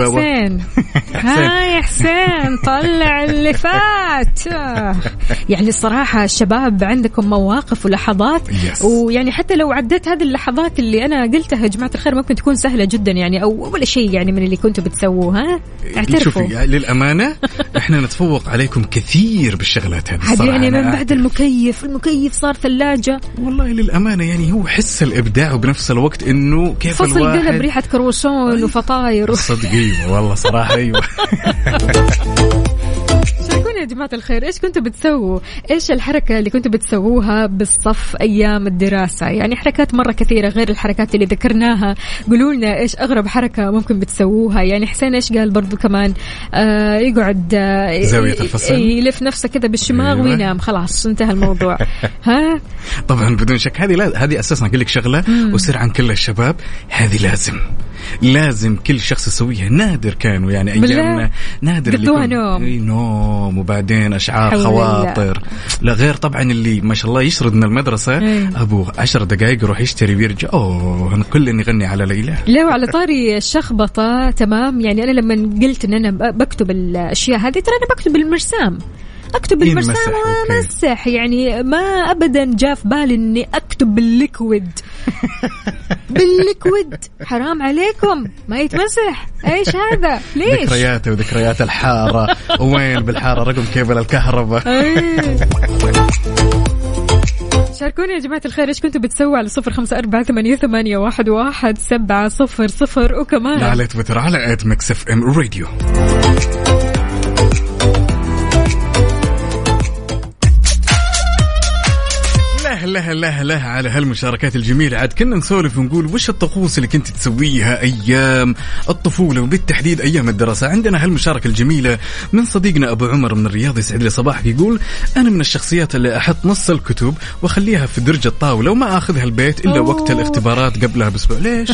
يا حسين طلع اللي فات. يعني الصراحة الشباب عندكم مواقف ولحظات، ويعني حتى لو عدت هذه اللحظات اللي أنا قلتها يا جماعة الخير ممكن تكون سهلة جدا، يعني أو ولا شيء يعني من اللي كنتوا بتسووه. اعترفوا. شوفي للأمانة إحنا نتفوق عليكم كثير بالشغلات هذه. يعني من بعد المكيف صار ثلاجة. والله للأمانة يعني هو حس الإبداع، وبنفس الوقت إنه كيف فصل قلب ريحة كروسون وفطاير. صدقيني والله صراحة أيوة. شاركونا يا جماعة الخير، إيش كنتوا بتسووا؟ إيش الحركة اللي كنتوا بتسووها بالصف أيام الدراسة؟ يعني حركات مرة كثيرة غير الحركات اللي ذكرناها. قولوا لنا إيش أغرب حركة ممكن بتسووها. يعني حسين إيش قال برضو كمان؟ يقعد زاوية الفصل يلف نفسه كذا بالشماغ وينام، خلاص انتهى الموضوع. طبعا بدون شك هذه أساسا أقول لك شغلة وسر عن كل الشباب، هذه لازم لازم كل شخص يسويها. نادر كانوا يعني أيامنا نادر قضوها اللي نوم وبعدين أشعار خواطر. لا غير طبعا اللي ما شاء الله يشرد من المدرسة أبوه 10 دقائق يروح يشتري ويرجع. أوه كل نغني على ليلى. لا وعلى طاري الشخبطة تمام، يعني أنا لما قلت إن أنا بكتب الأشياء هذه ترى أنا بكتب المرسام، أكتب بالمرسام ومسح، يعني ما أبدا جاء في بالي إني أكتب بالليكويد. بالليكويد حرام عليكم ما يتمسح. إيش هذا؟ ليش؟ ذكرياته وذكريات الحارة. وين بالحارة رقم كيبل الكهرباء. شاركوني يا جماعة الخير إيش كنتوا بتسووا على 0548811700 وكمان على تويتر على @mixfmradio. لا على هالمشاركات الجميلة. عاد كنا نسولف ونقول وش الطقوس اللي كنت تسويها أيام الطفولة وبالتحديد أيام الدراسة. عندنا هالمشاركة الجميلة من صديقنا أبو عمر من الرياض، يسعد لي صباحك. يقول أنا من الشخصيات اللي أحط نص الكتب وأخليها في درج الطاولة وما أخذها البيت إلا وقت الاختبارات قبلها بأسبوع. ليش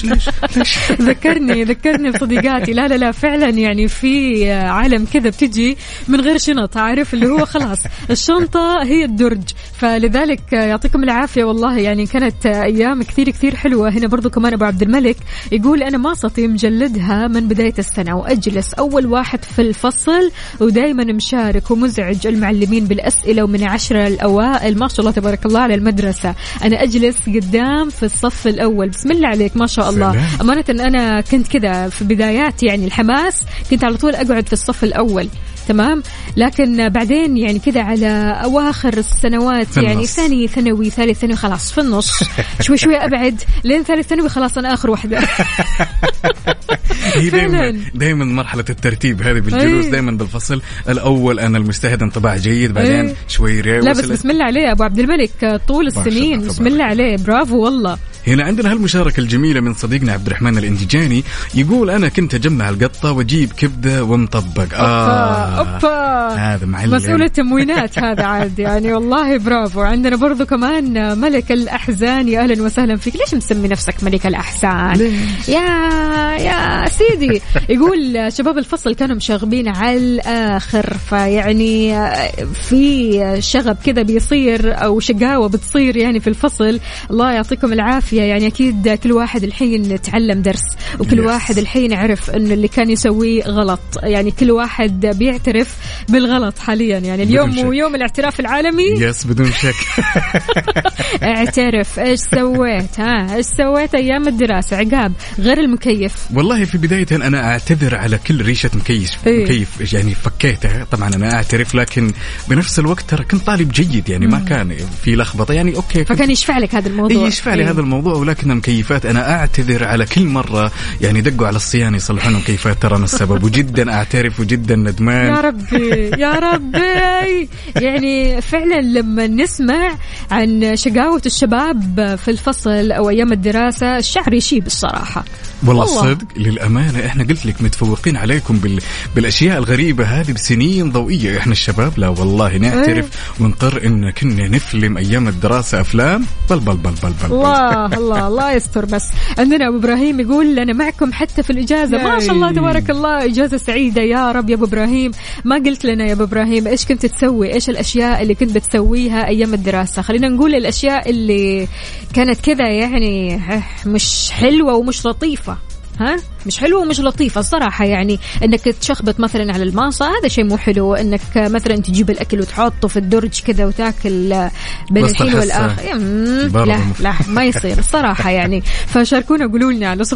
ذكرني بصديقاتي. لا فعلا يعني في عالم كذا بتجي من غير شنط، عارف اللي هو خلاص الشنطة هي الدرج. فلذلك يعطيكم العافية والله، يعني كانت أيام كثير حلوة. هنا برضو كمان أبو عبد الملك يقول أنا ماصتي مجلدها من بداية السنة وأجلس أول واحد في الفصل ودايما مشارك ومزعج المعلمين بالأسئلة ومن 10 الأوائل. ما شاء الله تبارك الله على المدرسة، أنا أجلس قدام في الصف الأول. بسم الله عليك ما شاء الله. أمانة أنا كنت كذا في بدايات يعني الحماس، كنت على طول أقعد في الصف الأول تمام، لكن بعدين يعني كذا على أواخر السنوات يعني ثاني ثانوي ثالث ثانوي خلاص في النص شوي أبعد لين ثالث ثانوي خلاص أنا آخر واحدة. دايما مرحلة الترتيب هذه بالجلوس دايما بالفصل الأول أنا المجتهد انطباع جيد، بعدين شوي لا بس بسم الله عليه أبو عبد الملك طول السنين بسم الله عليه برافو والله. هنا عندنا هالمشاركة الجميلة من صديقنا عبد الرحمن الإنديجاني يقول أنا كنت أجمع القطة وأجيب كبدة ومطبق. هذا معلم مسؤول التموينات هذا عاد يعني والله برافو. عندنا برضو كمان ملك الأحزان، يا أهلا وسهلا فيك. ليش مسمي نفسك ملك الأحزان يا سيدي؟ يقول شباب الفصل كانوا مشاغبين على الآخر، فيعني في شغب كذا بيصير أو شقاوة بتصير يعني في الفصل. الله يعطيكم العافية. يعني أكيد كل واحد الحين تعلم درس وكل واحد الحين يعرف أن اللي كان يسويه غلط. يعني كل واحد بيعترف بالغلط حاليا، يعني اليوم مو يوم الاعتراف العالمي. بدون شك. اعترف ايش سويت، ايش سويت ايام الدراسة عقاب غير المكيف. والله في بداية أنا أعتذر على كل ريشة مكيف يعني فكيتها طبعا أنا أعترف، لكن بنفس الوقت ترى كنت طالب جيد يعني ما كان في لخبطة يعني أوكي. فكان يشفع لك هذا الموضوع. يشفع لي هذا الموضوع، ولكن المكيفات أنا أعتذر على كل مرة يعني دقوا على الصيانة يصلحون المكيفات ترى أنا السبب، وجدا أعترف وجدا ندمان. يا ربي يعني فعلا لما نسمع عن شقاوة الشباب في الفصل أو أيام الدراسة الشعر يشيب الصراحة. والله الصدق للأمانة إحنا قلت لك متفوقين عليكم بالأشياء الغريبة هذه بسنين ضوئية. إحنا الشباب لا والله نعترف ونقر إن كنا نفلم أيام الدراسة أفلام بل الله يستر. بس عندنا أبو إبراهيم يقول أنا معكم حتى في الإجازة. ما شاء الله تبارك الله، إجازة سعيدة يا رب يا أبو إبراهيم. ما قلت لنا يا أبو إبراهيم إيش كنت تسوي، إيش الأشياء اللي كنت بتسويها أيام الدراسة؟ خلينا نقول الأشياء اللي كانت كذا يعني مش حلوة ومش لطيفة. مش حلوة ومش لطيفة الصراحة. يعني انك تشخبط مثلا على الماصة هذا شيء مو حلو. انك مثلا تجيب الاكل وتحطه في الدرج كذا وتاكل بين الحين والاخر لا ما يصير الصراحة يعني. فشاركونا قولوا لنا على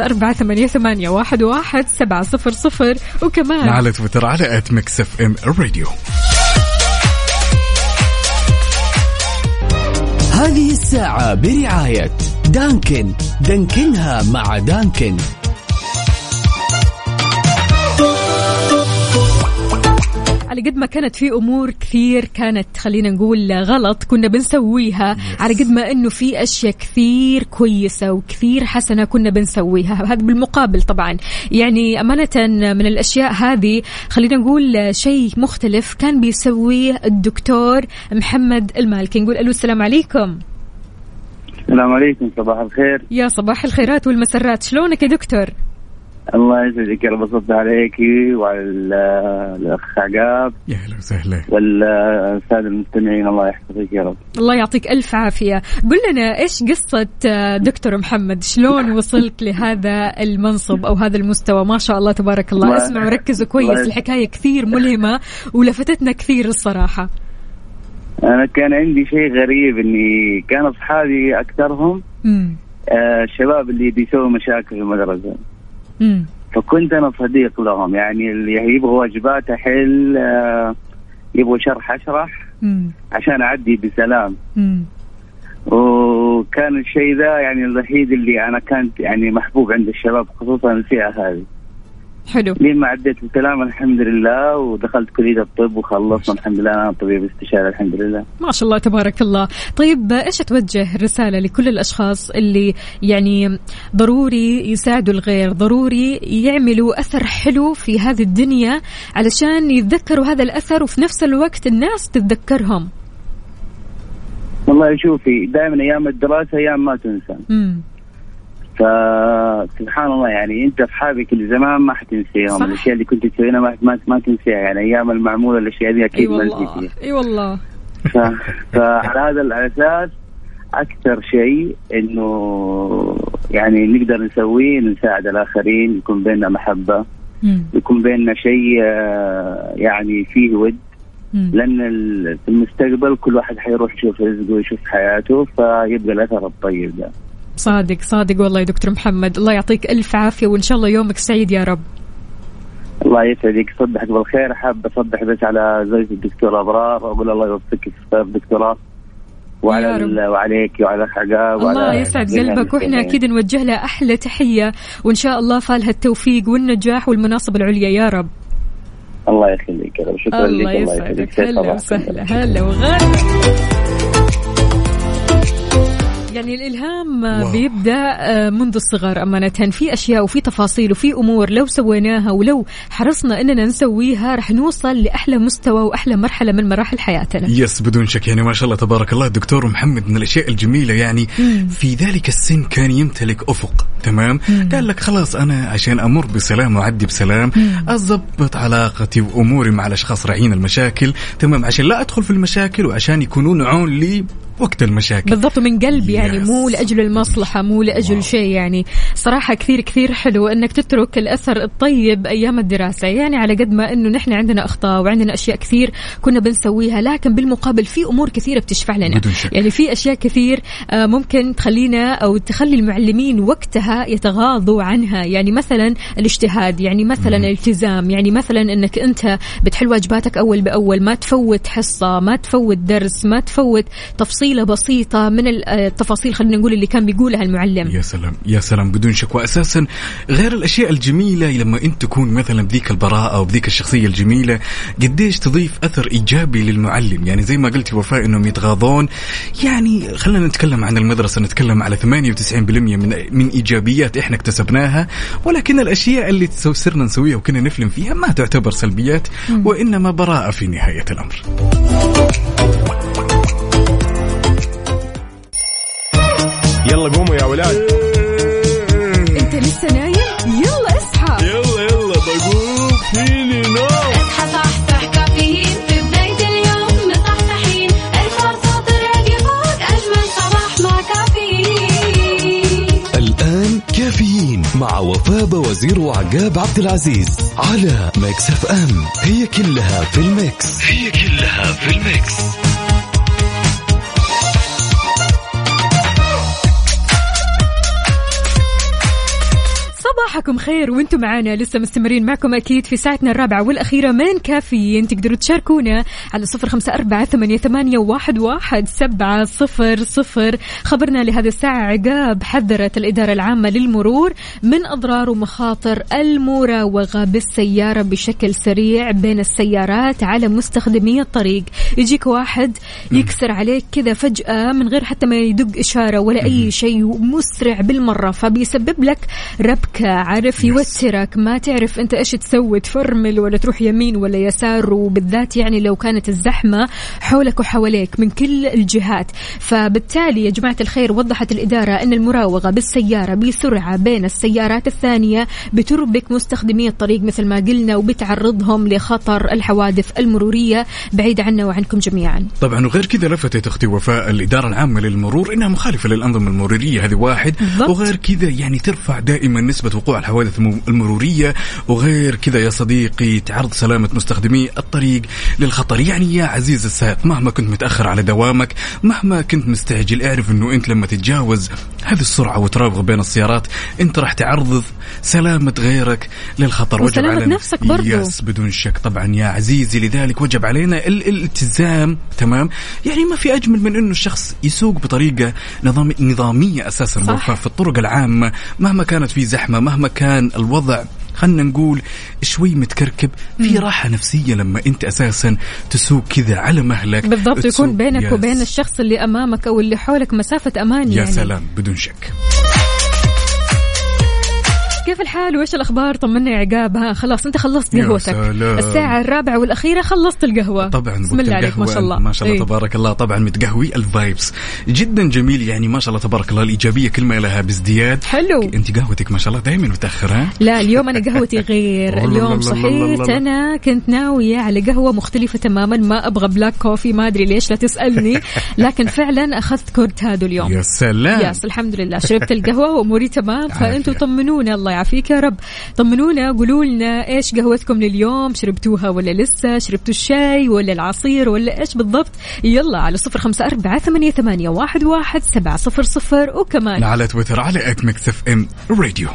0548811700 وكمان على تويتر على @mixfmradio. هذه الساعة برعاية دانكنها مع دانكن. على قد ما كانت في أمور كثير كانت خلينا نقول غلط كنا بنسويها، على قد ما أنه في أشياء كثير كويسة وكثير حسنة كنا بنسويها. هذا بالمقابل طبعا يعني أمانة من الأشياء هذه خلينا نقول شيء مختلف كان بيسويه الدكتور محمد المالكي. نقول ألو السلام عليكم. السلام عليكم، صباح الخير. يا صباح الخيرات والمسرات، شلونك يا دكتور؟ الله يسعدك يا رب. بصد عليك وعلى الأخ عقاب. يا هلا وسهلا. والسادة المستمعين الله يحفظك يا رب. الله يعطيك ألف عافية. قل لنا إيش قصة دكتور محمد، شلون وصلت لهذا المنصب أو هذا المستوى؟ ما شاء الله تبارك الله. اسمعوا وركزوا كويس، الحكاية كثير ملهمة ولفتتنا كثير الصراحة. أنا كان عندي شيء غريب، إني كان أصحابي أكثرهم الشباب اللي بيسووا مشاكل في المدرسة. فكنت أنا صديق لهم، يعني اللي يبغوا واجبات أحل، يبغوا شرح أشرح عشان أعدي بسلام. وكان الشيء ذا يعني الوحيد اللي أنا كانت يعني محبوب عند الشباب، خصوصا الفئة هذه. حلو. لما عديت بسلام الحمد لله ودخلت كلية الطب وخلصنا الحمد لله. أنا طبيب استشاري الحمد لله. ما شاء الله تبارك الله. طيب إيش توجه رسالة لكل الأشخاص اللي يعني ضروري يساعدوا الغير، ضروري يعملوا أثر حلو في هذه الدنيا علشان يتذكروا هذا الأثر وفي نفس الوقت الناس تتذكرهم؟ والله شوفي، دائما أيام الدراسة أيام ما تنسى. فسبحان الله يعني انت اصحابك اللي زمان ما حتنسيهم، الاشياء اللي كنت تسويها ما تنسيها، يعني ايام المعموله الاشياء دي اكيد ما نسيتيها. اي والله. فعلى هذا الاساس اكثر شيء انه يعني نقدر نسويه نساعد الاخرين، يكون بيننا محبه، يكون بيننا شيء يعني فيه ود، لان في المستقبل كل واحد حيروح يشوف رزقه ويشوف حياته، فيبقى الاثر الطيب ده. صادق صادق والله يا دكتور محمد. الله يعطيك ألف عافية وإن شاء الله يومك سعيد يا رب. الله يسعدك. صبحك بالخير. حاب أصبح بس على زوجة الدكتور أبرار، أقول الله يوفقك في اختيار الدكتوراه، وعليك وعلى عقاب. الله يسعد قلبك، وإحنا أكيد نوجه له أحلى تحية، وإن شاء الله فالها التوفيق والنجاح والمناصب العليا يا رب. الله يخليك يا رب. شكرا لك. الله يسعدك. هلا وسهلا. هلا وغلا. يعني الإلهام بيبدأ منذ الصغر أمانة. في أشياء وفي تفاصيل وفي أمور لو سويناها ولو حرصنا أننا نسويها رح نوصل لأحلى مستوى وأحلى مرحلة من مراحل حياتنا. يس بدون شك. يعني ما شاء الله تبارك الله الدكتور محمد من الأشياء الجميلة، يعني في ذلك السن كان يمتلك أفق. تمام. قال لك خلاص أنا عشان أمر بسلام وأعدي بسلام أضبط علاقتي وأموري مع الأشخاص راعين المشاكل، تمام، عشان لا أدخل في المشاكل وعشان يكونون عون لي وقت المشاكل. بالضبط، من قلب يعني مو لأجل المصلحة، مو لأجل شيء. يعني صراحة كثير كثير حلو أنك تترك الأثر الطيب أيام الدراسة. يعني على قد ما أنه نحن عندنا أخطاء وعندنا أشياء كثير كنا بنسويها، لكن بالمقابل في أمور كثيرة بتشفع لنا. يعني في أشياء كثير ممكن تخلينا أو تخلي المعلمين وقتها يتغاضوا عنها. يعني مثلا الاجتهاد، يعني مثلا الالتزام، يعني مثلا أنك أنت بتحل واجباتك أول بأول، ما تفوت حصة، ما تفوت درس، ما تفوت تفصيلة بسيطة من التفاصيل خلينا نقول اللي كان بيقولها المعلم. يا سلام يا سلام بدون شك. وأساسا غير الأشياء الجميلة لما أنت تكون مثلا بذيك البراءة أو بذيك الشخصية الجميلة قديش تضيف أثر إيجابي للمعلم. يعني زي ما قلت وفاء إنهم يتغاضون. يعني خلينا نتكلم عن المدرسة، نتكلم على 98% من إيجابيات إحنا اكتسبناها، ولكن الأشياء اللي صرنا نسويها وكنا نفلم فيها ما تعتبر سلبيات وإنما براءة في نهاية الأمر. يلا قوموا يا ولاد. انت لسه نايم؟ يلا اصحى. يلا بقوم فيني نوم. اصحى صحصح كافيين في بداية اليوم مصحصحين. الفرصة تراقي فوق أجمل صباح مع كافيين. الآن كافيين مع وفاء وزير وعقاب عبد العزيز على ميكس اف ام. هي كلها في الميكس. هي كلها في الميكس. صباحكم خير وانتم معنا لسه مستمرين معكم أكيد في ساعتنا الرابعة والأخيرة من كافيين. تقدروا تشاركونا على 0548811700. خبرنا لهذا الساعة عقاب حذرت الإدارة العامة للمرور من أضرار ومخاطر المراوغة بالسيارة بشكل سريع بين السيارات على مستخدمي الطريق. يجيك واحد يكسر عليك كذا فجأة من غير حتى ما يدق إشارة ولا أي شيء، مسرع بالمرة، فبيسبب لك ربكة عارف يوترك، ما تعرف أنت إيش تسوي، تفرمل ولا تروح يمين ولا يسار، وبالذات يعني لو كانت الزحمة حولك وحواليك من كل الجهات. فبالتالي يا جماعة الخير وضحت الإدارة أن المراوغة بالسيارة بسرعة بين السيارات الثانية بتربك مستخدمي الطريق مثل ما قلنا، وبتعرضهم لخطر الحوادث المرورية بعيد عنا وعنكم جميعا. طبعا وغير كذا لفتت أختي وفاء الإدارة العامة للمرور إنها مخالفة للأنظمة المرورية، هذه واحد بالضبط. وغير كذا يعني ترفع دائما نسبة وقوع الحوادث المرورية، وغير كذا يا صديقي تعرض سلامة مستخدمي الطريق للخطر. يعني يا عزيز السائق مهما كنت متأخر على دوامك، مهما كنت مستعجل، اعرف إنه أنت لما تتجاوز هذه السرعة وتراوغ بين السيارات أنت راح تعرض سلامة غيرك للخطر، وجب علينا نفسك برضو. يس بدون شك طبعا يا عزيزي. لذلك وجب علينا الالتزام، تمام؟ يعني ما في أجمل من إنه الشخص يسوق بطريقة نظامية أساسا في الطرق العامة، مهما كانت في زحمة، مهما كان الوضع خلنا نقول شوي متكركب، في راحة نفسية لما أنت أساسا تسوق كذا على مهلك بالضبط، يكون بينك وبين الشخص اللي أمامك أو اللي حولك مسافة أمان. يا يعني سلام بدون شك. كيف الحال وإيش الأخبار؟ طمنا يا عقاب. ها خلاص أنت خلصت قهوتك الساعة 4 والأخيرة، خلصت القهوة طبعا. بسم الله عليك ما شاء الله ما شاء الله تبارك الله. طبعا متقهوي، الفايبس جدا جميل يعني ما شاء الله تبارك الله، الإيجابية كل ما لها بازدياد. حلو. أنت قهوتك ما شاء الله دائما متأخرة. لا اليوم أنا قهوتي غير. اليوم صحيت أنا كنت ناوية على قهوة مختلفة تماما، ما أبغى بلاك كوفي، ما أدري ليش لا تسألني، لكن فعلا أخذت كورتادو اليوم. يا سلام. يس الحمد لله شربت القهوة وأموري تمام. فأنتوا طمنونا، الله يعافيك يا رب، طمنونا قولوا لنا إيش قهوتكم لليوم، شربتوها ولا لسه، شربتوا الشاي ولا العصير ولا إيش بالضبط؟ يلا على 0548811700 وكمان على تويتر على @mixfm راديو.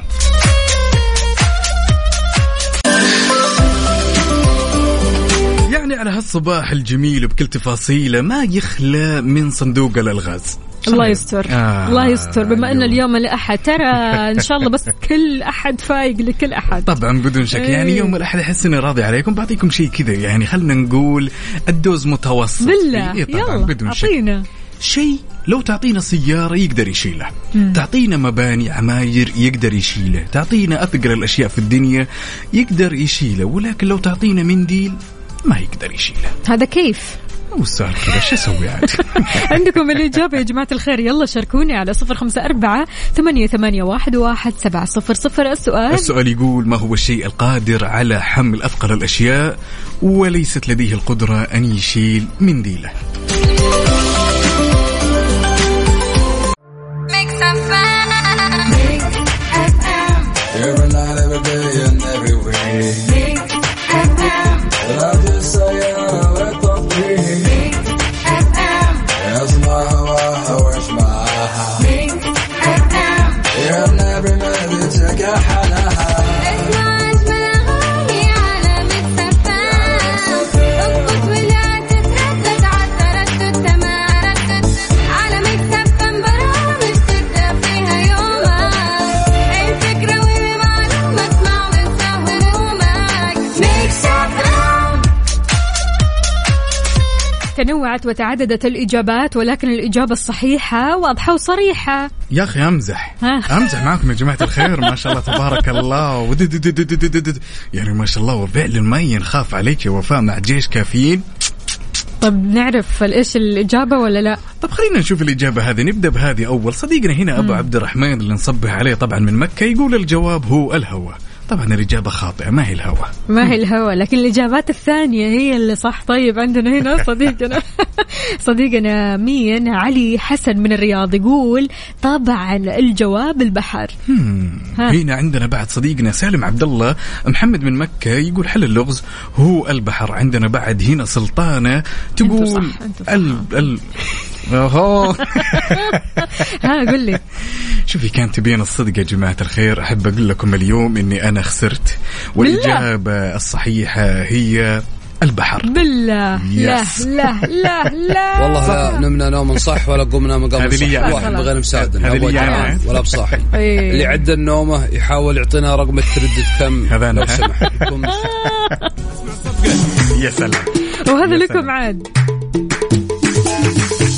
يعني على هالصباح الجميل بكل تفاصيله ما يخلى من صندوق الألغاز. الله يستر. الله يستر. بما أن اليوم الأحد ترى إن شاء الله بس كل أحد فايق لكل أحد طبعا بدون شك. يعني يوم الأحد أحس إني راضي عليكم، بعطيكم شيء كذا يعني خلنا نقول الدوز متوسط بالله. يلا بدون أعطينا شيء. لو تعطينا سيارة يقدر يشيله، تعطينا مباني عماير يقدر يشيله، تعطينا أثقل الأشياء في الدنيا يقدر يشيله، ولكن لو تعطينا منديل ما يقدر يشيله. هذا كيف؟ والسؤال كذا شو اسوي عاد؟ عندكم الإجابة يا جماعة الخير، يلا شاركوني على 0548811700. السؤال يقول ما هو الشيء القادر على حمل أثقل الأشياء وليست لديه القدرة أن يشيل منديله؟ تنوعت وتعددت الإجابات، ولكن الإجابة الصحيحة واضحة وصريحة. يا أخي أمزح معكم يا جماعة الخير. ما شاء الله تبارك الله، يعني ما شاء الله وفعلا ما ينخاف عليك يا وفاء مع جيش كافيين. طب نعرف إيش الإجابة ولا لا؟ طب خلينا نشوف الإجابة هذه. نبدأ بهذه أول. صديقنا هنا أبو عبد الرحمن اللي نصبح عليه طبعا من مكة يقول الجواب هو الهواء. طبعا الإجابة خاطئة، ما هي الهواء، ما هي الهواء، لكن الإجابات الثانية هي اللي صح. طيب عندنا هنا صديقنا مين علي حسن من الرياض يقول طبعا الجواب البحر. هنا عندنا بعد صديقنا سالم عبد الله محمد من مكة يقول حل اللغز هو البحر. عندنا بعد هنا سلطانة تقول ها قل لي. شوفي كانت تبين الصدق يا جماعة الخير، أحب أقول لكم اليوم إني أنا خسرت، والإجابة الصحيحة هي البحر. بالله لا لا لا لا والله لا نمنا نوم صح ولا قمنا مقام صح. واحد بغير مساعد ولا بصاحي. اللي عد النومه يحاول يعطينا رقم التردد كم لو سمح. يا سلام. وهذا لكم عاد.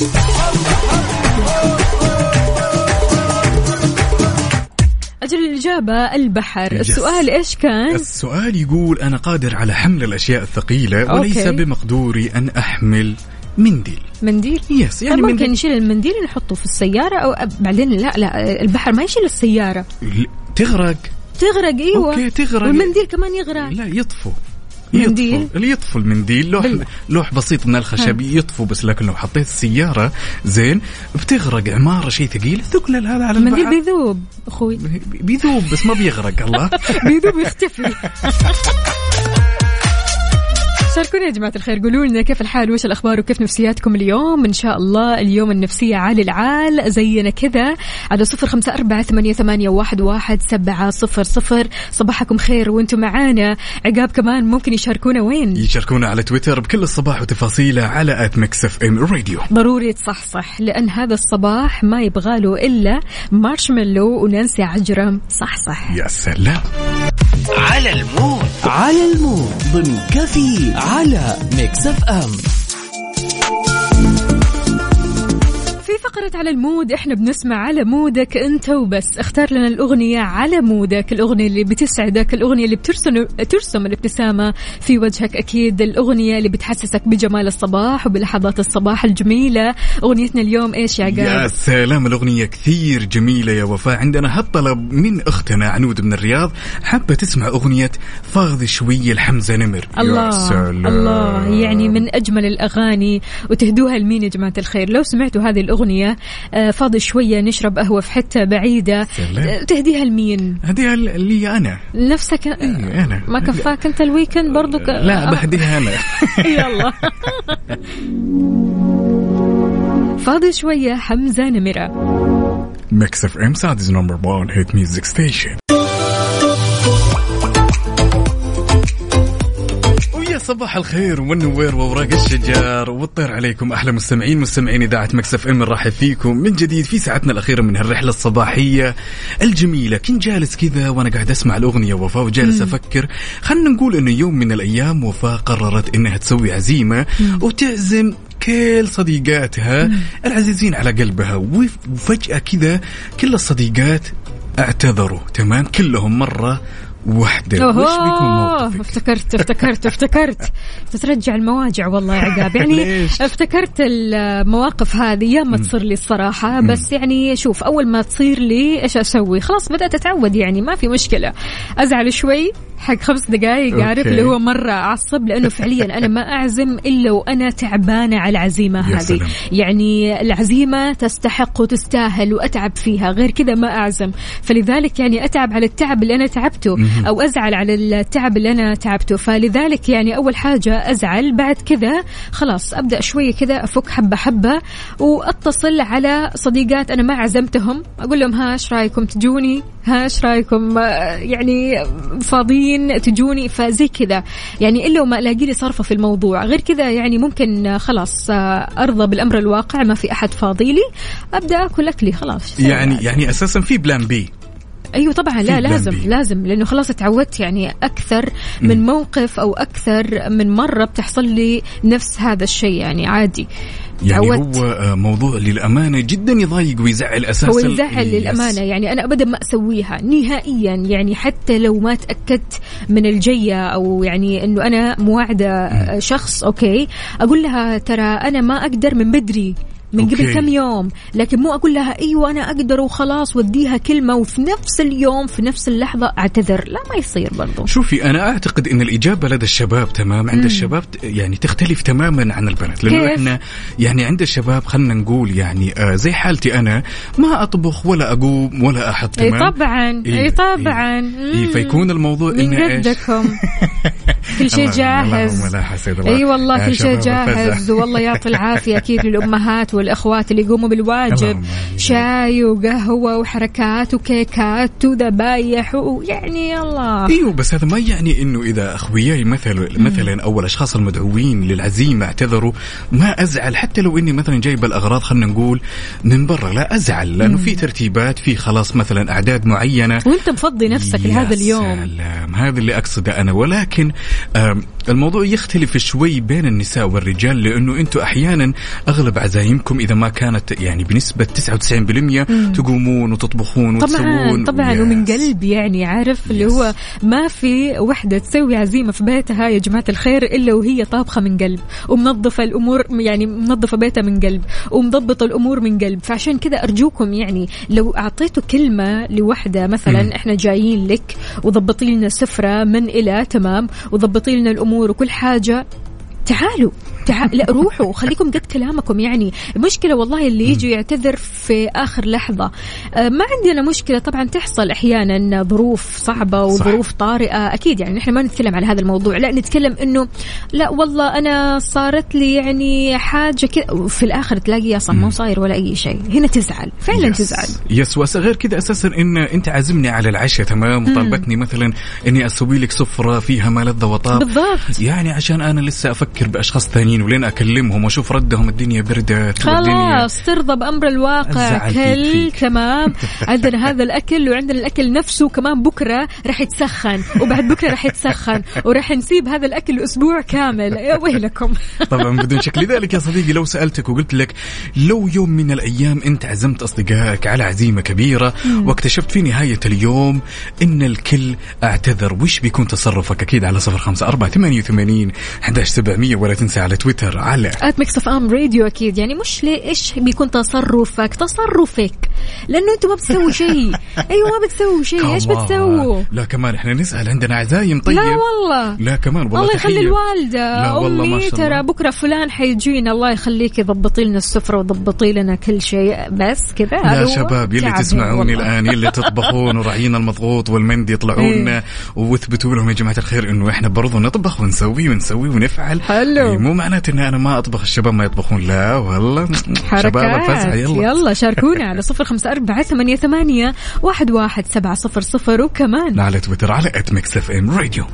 أجل الإجابة البحر. السؤال إيش كان؟ السؤال يقول أنا قادر على حمل الأشياء الثقيلة وليس بمقدوري أن أحمل منديل. يس يعني ممكن نشيل المنديل نحطه في السيارة أو بعدين لا البحر ما يشيل السيارة، تغرق أيوة. أوكي تغرق، والمنديل كمان يغرق. لا يطفو يطفو المنديل لوح بسيط من الخشب يطفو، بس لكن لو حطيت السيارة زين بتغرق. عمارة شيء ثقيل ثقل هذا على البحر، المنديل بيذوب أخوي، بيذوب بس ما بيغرق. الله بيذوب يختفي. شاركونا يا جماعة الخير، قولوا لنا كيف الحال وش الأخبار وكيف نفسياتكم اليوم. إن شاء الله اليوم النفسية عالي العال زينا كذا على 0548811700. صباحكم خير وانتم معانا. عقاب كمان ممكن يشاركونا وين؟ يشاركونا على تويتر بكل الصباح وتفاصيله على @mixfm راديو. ضروري تصحصح لأن هذا الصباح ما يبغاله إلا مارشميلو ونانسي عجرم. صح يا سلام. على المود ضمن كافيين على ميكس اف ام. في فقرة على المود احنا بنسمع على مودك انت وبس. اختار لنا الأغنية على مودك، الأغنية اللي بتسعدك، الأغنية اللي ترسم الابتسامة في وجهك، أكيد الأغنية اللي بتحسسك بجمال الصباح وبلحظات الصباح الجميلة. أغنيتنا اليوم ايش يا عقاب؟ يا سلام، الأغنية كثير جميلة يا وفاء. عندنا هالطلب من أختنا عنود من الرياض، حابة تسمع أغنية فاضي شوية لحمزة نمر. الله يعني من أجمل الأغاني. وتهدوها لمين يا جماعة الخير؟ لو سمعتوا هذه الأغنية فاضي شوية نشرب قهوة في حتة بعيدة، تهديها لمين؟ هديها لي أنا نفسك. أنا ما كفاك أنت الويكند برضو لا بهديها أنا. يلا فاضي شوية حمزة نمرة. ميكس اف ام Saudi's number 1 hit music station. صباح الخير والنوير وورق الشجار والطير عليكم أحلى مستمعين إذاعة ميكس اف ام. نرحب فيكم من جديد في ساعتنا الأخيرة من هالرحلة الصباحية الجميلة. كنت جالس كذا وأنا قاعد أسمع الأغنية وفاء وجالس أفكر، خلنا نقول إنه يوم من الأيام وفاء قررت إنها تسوي عزيمة وتعزم كل صديقاتها العزيزين على قلبها، وفجأة كذا كل الصديقات اعتذروا تمام كلهم مرة وحدة. وش بيكون موقفك؟ افتكرت تترجع المواجع والله يا عقاب. يعني افتكرت المواقف هذه يا ما تصير لي الصراحة، بس يعني شوف أول ما تصير لي إيش أسوي؟ خلاص بدأت أتعود، يعني ما في مشكلة. أزعل شوي حق 5 دقايق، عارف اللي هو مرة أعصب، لأنه فعليا أنا ما أعزم إلا وأنا تعبانة على العزيمة هذه. يعني العزيمة تستحق وتستاهل وأتعب فيها، غير كذا ما أعزم. فلذلك يعني أتعب على التعب اللي أنا تعبته أو أزعل على التعب اللي أنا تعبته. فلذلك يعني أول حاجة أزعل، بعد كذا خلاص أبدأ شوية كذا أفك حبة حبة وأتصل على صديقات أنا ما عزمتهم، أقول لهم ايش رايكم تجوني، ايش رايكم يعني فاضيين تجوني. فزي كذا يعني إلا وما ألاقي لي صرفة في الموضوع. غير كذا يعني ممكن خلاص أرضى بالأمر الواقع، ما في أحد فاضي لي، أبدأ أكل أكلي خلاص. يعني أساسا في بلان بي. أيوة طبعا، لا لازم لأنه خلاص تعودت. يعني أكثر من موقف أو أكثر من مرة بتحصل لي نفس هذا الشيء، يعني عادي. يعني هو موضوع للأمانة جدا يضايق ويزعل أساسا. هو يزعل للأمانة، يعني أنا أبدا ما أسويها نهائيا. يعني حتى لو ما تأكدت من الجية أو يعني أنه أنا موعدة شخص أوكي، أقول لها ترى أنا ما أقدر من بدري من قبل كم يوم، لكن مو أقول لها أيوة أنا أقدر وخلاص وديها كلمة وفي نفس اليوم في نفس اللحظة أعتذر. لا ما يصير برضو. شوفي أنا أعتقد أن الإجابة لدى الشباب تمام، عند الشباب يعني تختلف تماما عن البنات، لأنه إحنا يعني عند الشباب خلنا نقول يعني زي حالتي أنا ما أطبخ ولا أقوم ولا أحد تمام. أي طبعا فيكون الموضوع من ردكم كل شيء جاهز. أي والله كل شيء جاهز، والله يعطي العافية أكيد للأمهات والأخوات اللي يقوموا بالواجب، شاي وقهوة وحركات وكيكات وذبايح ويعني الله. ايوه بس هذا ما يعني انه اذا اخوياي مثلا او الاشخاص المدعوين للعزيمة اعتذروا ما ازعل، حتى لو اني مثلا جايب الاغراض خلنا نقول من برا لا ازعل، لانه في ترتيبات، في خلاص مثلا اعداد معينة وانت مفضي نفسك لهذا اليوم. سلام، هذا اللي اقصده انا. ولكن الموضوع يختلف شوي بين النساء والرجال، لانه انتم احيانا اغلب عزايمكم عاداتكم إذا ما كانت يعني بنسبة 99% تقومون وتطبخون وتسوون طبعا ومن قلب يعني عارف اللي هو ما في وحدة تسوي عزيمة في بيتها يا جماعة الخير إلا وهي طابخة من قلب ومنظفة الأمور، يعني منظفة بيتها من قلب ومضبطة الأمور من قلب. فعشان كذا أرجوكم يعني لو أعطيتوا كلمة لوحدة مثلا إحنا جايين لك وضبطي لنا سفرة من إلى تمام وضبطي لنا الأمور وكل حاجة، تعالوا لا روحوا خليكم قد كلامكم. يعني المشكلة والله اللي يجي يعتذر في آخر لحظة. ما عندنا مشكلة طبعا تحصل أحيانا ظروف صعبة وظروف طارئة أكيد، يعني نحن ما نتكلم على هذا الموضوع، لا نتكلم إنه لا والله أنا صارت لي يعني حاجة كذا في الآخر تلاقي أصلا ما صاير ولا أي شيء، هنا تزعل فعلا تزعل. يس غير كذا أساسا إن أنت عازمني على العشاء تمام وطلبتني مثلا إني أسوي لك سفرة فيها ما لذ وطاب بالضبط، يعني عشان أنا لسه أفكر بأشخاص ثانيين ولين أكلمهم وأشوف ردهم الدنيا بردت خلاص ترضى بأمر الواقع كل تمام. عندنا هذا الأكل وعندنا الأكل نفسه كمان بكرة رح يتسخن وبعد بكرة رح يتسخن ورح نسيب هذا الأكل أسبوع كامل. ويلكم. طبعا بدون شك. لذلك يا صديقي لو سألتك وقلت لك لو يوم من الأيام أنت عزمت أصدقائك على عزيمة كبيرة واكتشفت في نهاية اليوم إن الكل اعتذر، وش بيكون تصرفك؟ أكيد على 0548811700 ولا تنسى على تويتر على @mixfm_radio. أكيد يعني مش إيش بيكون تصرفك لأنه أنتوا ما بتسووا شيء. أيوة ما بتسووا شيء، إيش بتسووا؟ لا كمان إحنا نسأل، عندنا عزايم. طيب لا والله لا كمان والله الله يخلي الوالدة أمي ترى بكرة فلان حيجينا الله يخليك ضبطي لنا السفرة وضبطي لنا كل شيء بس كذا. يا شباب يلي تسمعوني الآن يلي تطبخون وراعين المضغوط والمندي يطلعون وثبتوا لهم يا جماعة الخير إنه إحنا برضو نطبخ ونسوي ونفعل. حلو. مو معناته إن أنا ما أطبخ الشباب ما يطبخون، لا والله شباب الفزعة. يلا شاركونا على 0548811700 وكمان على تويتر على @mixfm_radio.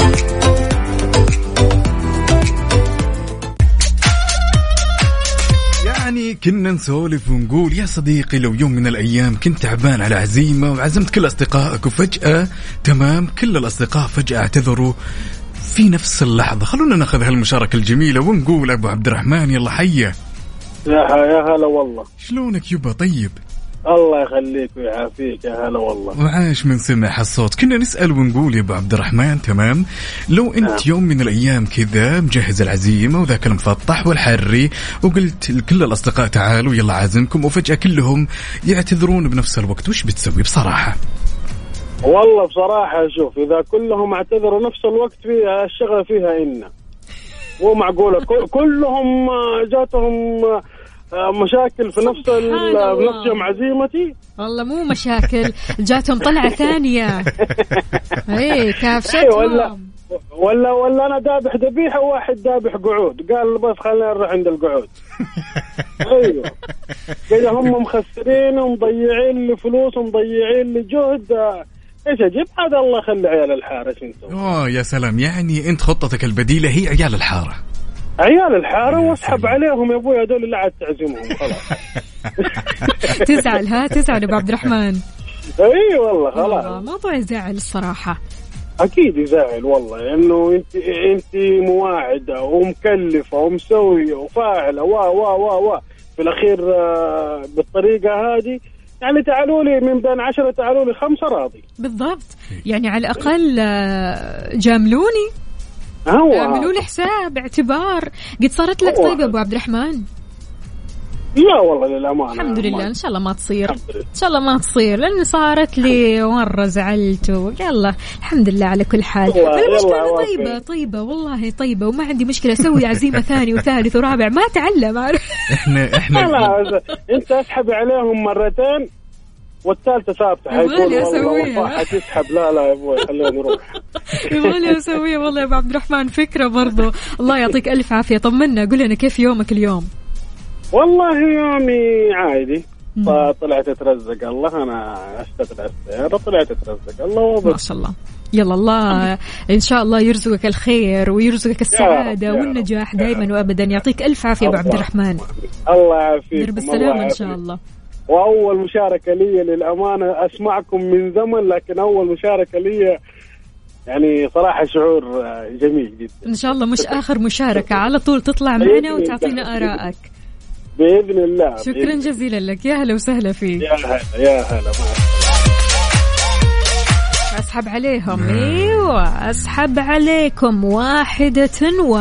يعني كنا نسولف ونقول يا صديقي لو يوم من الأيام كنت تعبان على عزيمة وعزمت كل أصدقائك وفجأة تمام كل الأصدقاء فجأة اعتذروا في نفس اللحظة. خلونا ناخذ هالمشاركة الجميلة ونقول أبو عبد الرحمن يلا حيا. يا هلا والله. شلونك يبا؟ طيب الله يخليك ويعافيك. يا هلا والله. وعاش من سمع الصوت. كنا نسأل ونقول يا أبو عبد الرحمن تمام لو أنت يوم من الأيام كذا مجهز العزيمة وذاك المفطح والحري وقلت لكل الأصدقاء تعالوا يلا عازمكم وفجأة كلهم يعتذرون بنفس الوقت، وش بتسوي بصراحة؟ والله بصراحة شوف إذا كلهم اعتذروا نفس الوقت فيها الشغلة فيها إنه مو معقولة كلهم جاتهم مشاكل في نفس يوم عزيمتي. والله مو مشاكل جاتهم طلعة ثانية. ايه كافشتهم. ولا أنا دابح ذبيحة وواحد دابح قعود قال بس خلينا نروح عند القعود. أيوة كذا هم مخسرين ومضيعين لي فلوس ومضيعين لي جهد. ايش اجيب هذا؟ الله يخلي عيال الحارة. انتم يا سلام. يعني انت خطتك البديلة هي عيال الحارة واسحب عليهم يا ابوي هذول اللي عاد تعزمهم خلاص. تزعل ابو عبد الرحمن. اي والله خلاص موضوع يزعل الصراحة. اكيد يزعل والله انه انت مواعدة ومكلفة ومسوية وفاعلة و في الاخير بالطريقة هذه يعني تعالوا لي من بين 10 تعالوا لي 5 راضي. بالضبط. يعني على الأقل جاملوني اعملوا لي حساب اعتبار. قد صارت لك طيب أبو عبد الرحمن؟ لا والله للأمانة الحمد لله. إن شاء الله ما تصير، إن شاء الله ما تصير لأن صارت لي مرة زعلت. يلا الحمد لله على كل حال. المشكلة طيبة والله طيبة وما عندي مشكلة أسوي عزيمة ثاني وثالث ورابع ما أتعلم. إحنا لا أنت أسحب عليهم مرتين والثالثة ثابتة حيكون والله حتسحب. لا يا أبوي خلينا نروح. يبغالي أسويها والله يا أبو عبد الرحمن فكرة برضو. الله يعطيك ألف عافية. طمنا قول لنا كيف يومك اليوم؟ والله يومي عادي. طلعت اترزق الله. أنا اشتغل على السيارة طلعت اترزق الله وبس. ما شاء الله. يلا الله إن شاء الله يرزقك الخير ويرزقك السعادة والنجاح دائما وأبدا. يعطيك ألف عافية أبو عبد الرحمن. الله يعافيك. درب السلامة إن شاء الله. وأول مشاركة لي للأمانة أسمعكم من زمن لكن أول مشاركة لي يعني صراحة شعور جميل جدا. إن شاء الله مش آخر مشاركة على طول تطلع معنا وتعطينا آرائك. بإذن الله. شكرا جزيلا لك، يا هلا وسهلا فيك. يا هلا يا هلا. أسحب عليهم. ايوه اسحب عليكم واحدة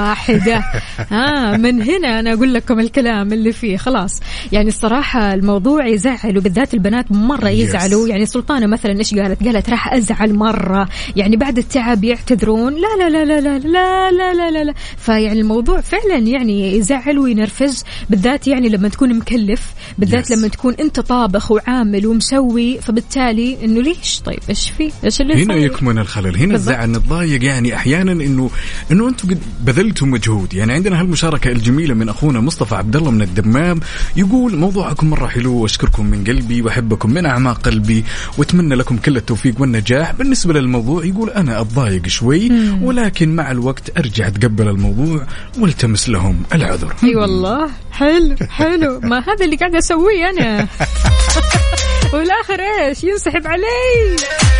من هنا انا اقول لكم الكلام اللي فيه خلاص. يعني الصراحة الموضوع يزعل، وبالذات البنات مرة يزعلوا. يعني سلطانة مثلا ايش قالت راح ازعل مرة، يعني بعد التعب يعتذرون. لا لا لا لا لا لا لا لا لا, لا. فيعني الموضوع فعلا يعني يزعل وينرفز، بالذات يعني لما تكون مكلف، بالذات لما تكون انت طابخ وعامل ومسوي، فبالتالي انه ليش طيب ايش فيه ايش اللي هنا يكمن الخلل. هنا الزعل نتضايق يعني احيانا انه انتم قد بذلتوا مجهود. يعني عندنا هالمشاركه الجميله من اخونا مصطفى عبد الله من الدمام، يقول موضوعكم مره حلو واشكركم من قلبي واحبكم من اعماق قلبي واتمنى لكم كل التوفيق والنجاح. بالنسبه للموضوع يقول انا اتضايق شوي ولكن مع الوقت ارجع اتقبل الموضوع والتمس لهم العذر. اي والله حلو ما هذا اللي قاعده اسويه انا. والاخر ايش ينسحب علي.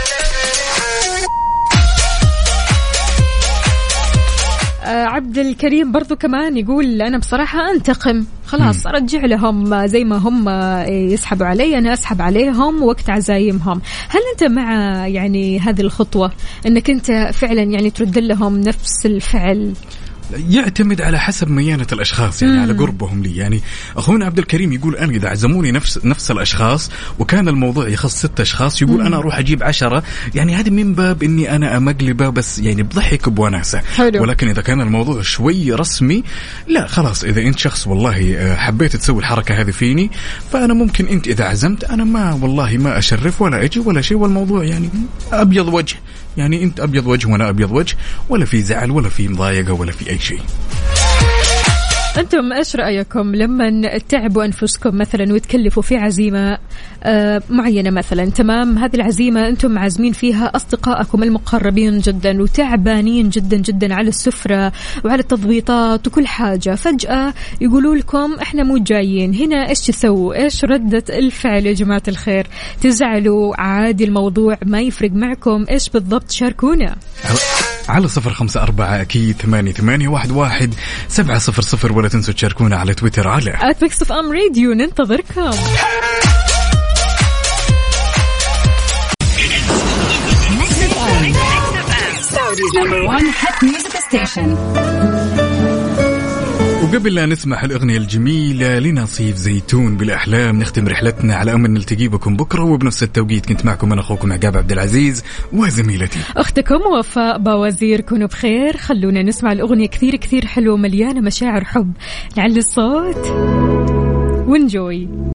عبد الكريم برضو كمان يقول أنا بصراحة أنتقم، خلاص أرجع لهم زي ما هم يسحبوا علي أنا أسحب عليهم وقت عزايمهم. هل أنت مع يعني هذه الخطوة أنك أنت فعلا يعني ترد لهم نفس الفعل؟ يعتمد على حسب ميانة الأشخاص، يعني على قربهم لي. يعني أخونا عبد الكريم يقول أنا إذا عزموني نفس الأشخاص وكان الموضوع يخص 6 أشخاص يقول أنا أروح أجيب 10، يعني هذه من باب إني أنا أمقلبه بس يعني بضحك بوناسة. ولكن إذا كان الموضوع شوي رسمي لا خلاص، إذا أنت شخص والله حبيت تسوي الحركة هذه فيني فأنا ممكن أنت إذا عزمت أنا ما والله ما أشرف ولا أجي ولا شيء، والموضوع يعني أبيض وجه، يعني أنت أبيض وجه وأنا أبيض وجه، ولا في زعل ولا في مضايقة ولا في أي شيء. أنتم إيش رأيكم لما تعبوا أنفسكم مثلا وتكلفوا في عزيمة معينة مثلا، تمام، هذه العزيمة أنتم عازمين فيها أصدقائكم المقربين جدا وتعبانين جدا جدا على السفرة وعلى التضبيطات وكل حاجة، فجأة يقولوا لكم إحنا مو جايين، هنا إيش تسووا؟ إيش ردة الفعل يا جماعة الخير؟ تزعلوا عادي، الموضوع ما يفرق معكم، إيش بالضبط؟ شاركونا على 054 أكيد 8811 ولا تنسوا تشاركونا على تويتر على @mixfmradio. ننتظركم. وقبل لا نسمع الأغنية الجميلة لنصيف زيتون بالأحلام نختم رحلتنا على أمل نلتقي بكم بكرة وبنفس التوقيت. كنت معكم أنا أخوكم عقاب عبد العزيز وزميلتي أختكم وفاء باوزير. كونوا بخير، خلونا نسمع الأغنية كثير كثير حلوة مليانة مشاعر حب، نعلي الصوت ونجوي.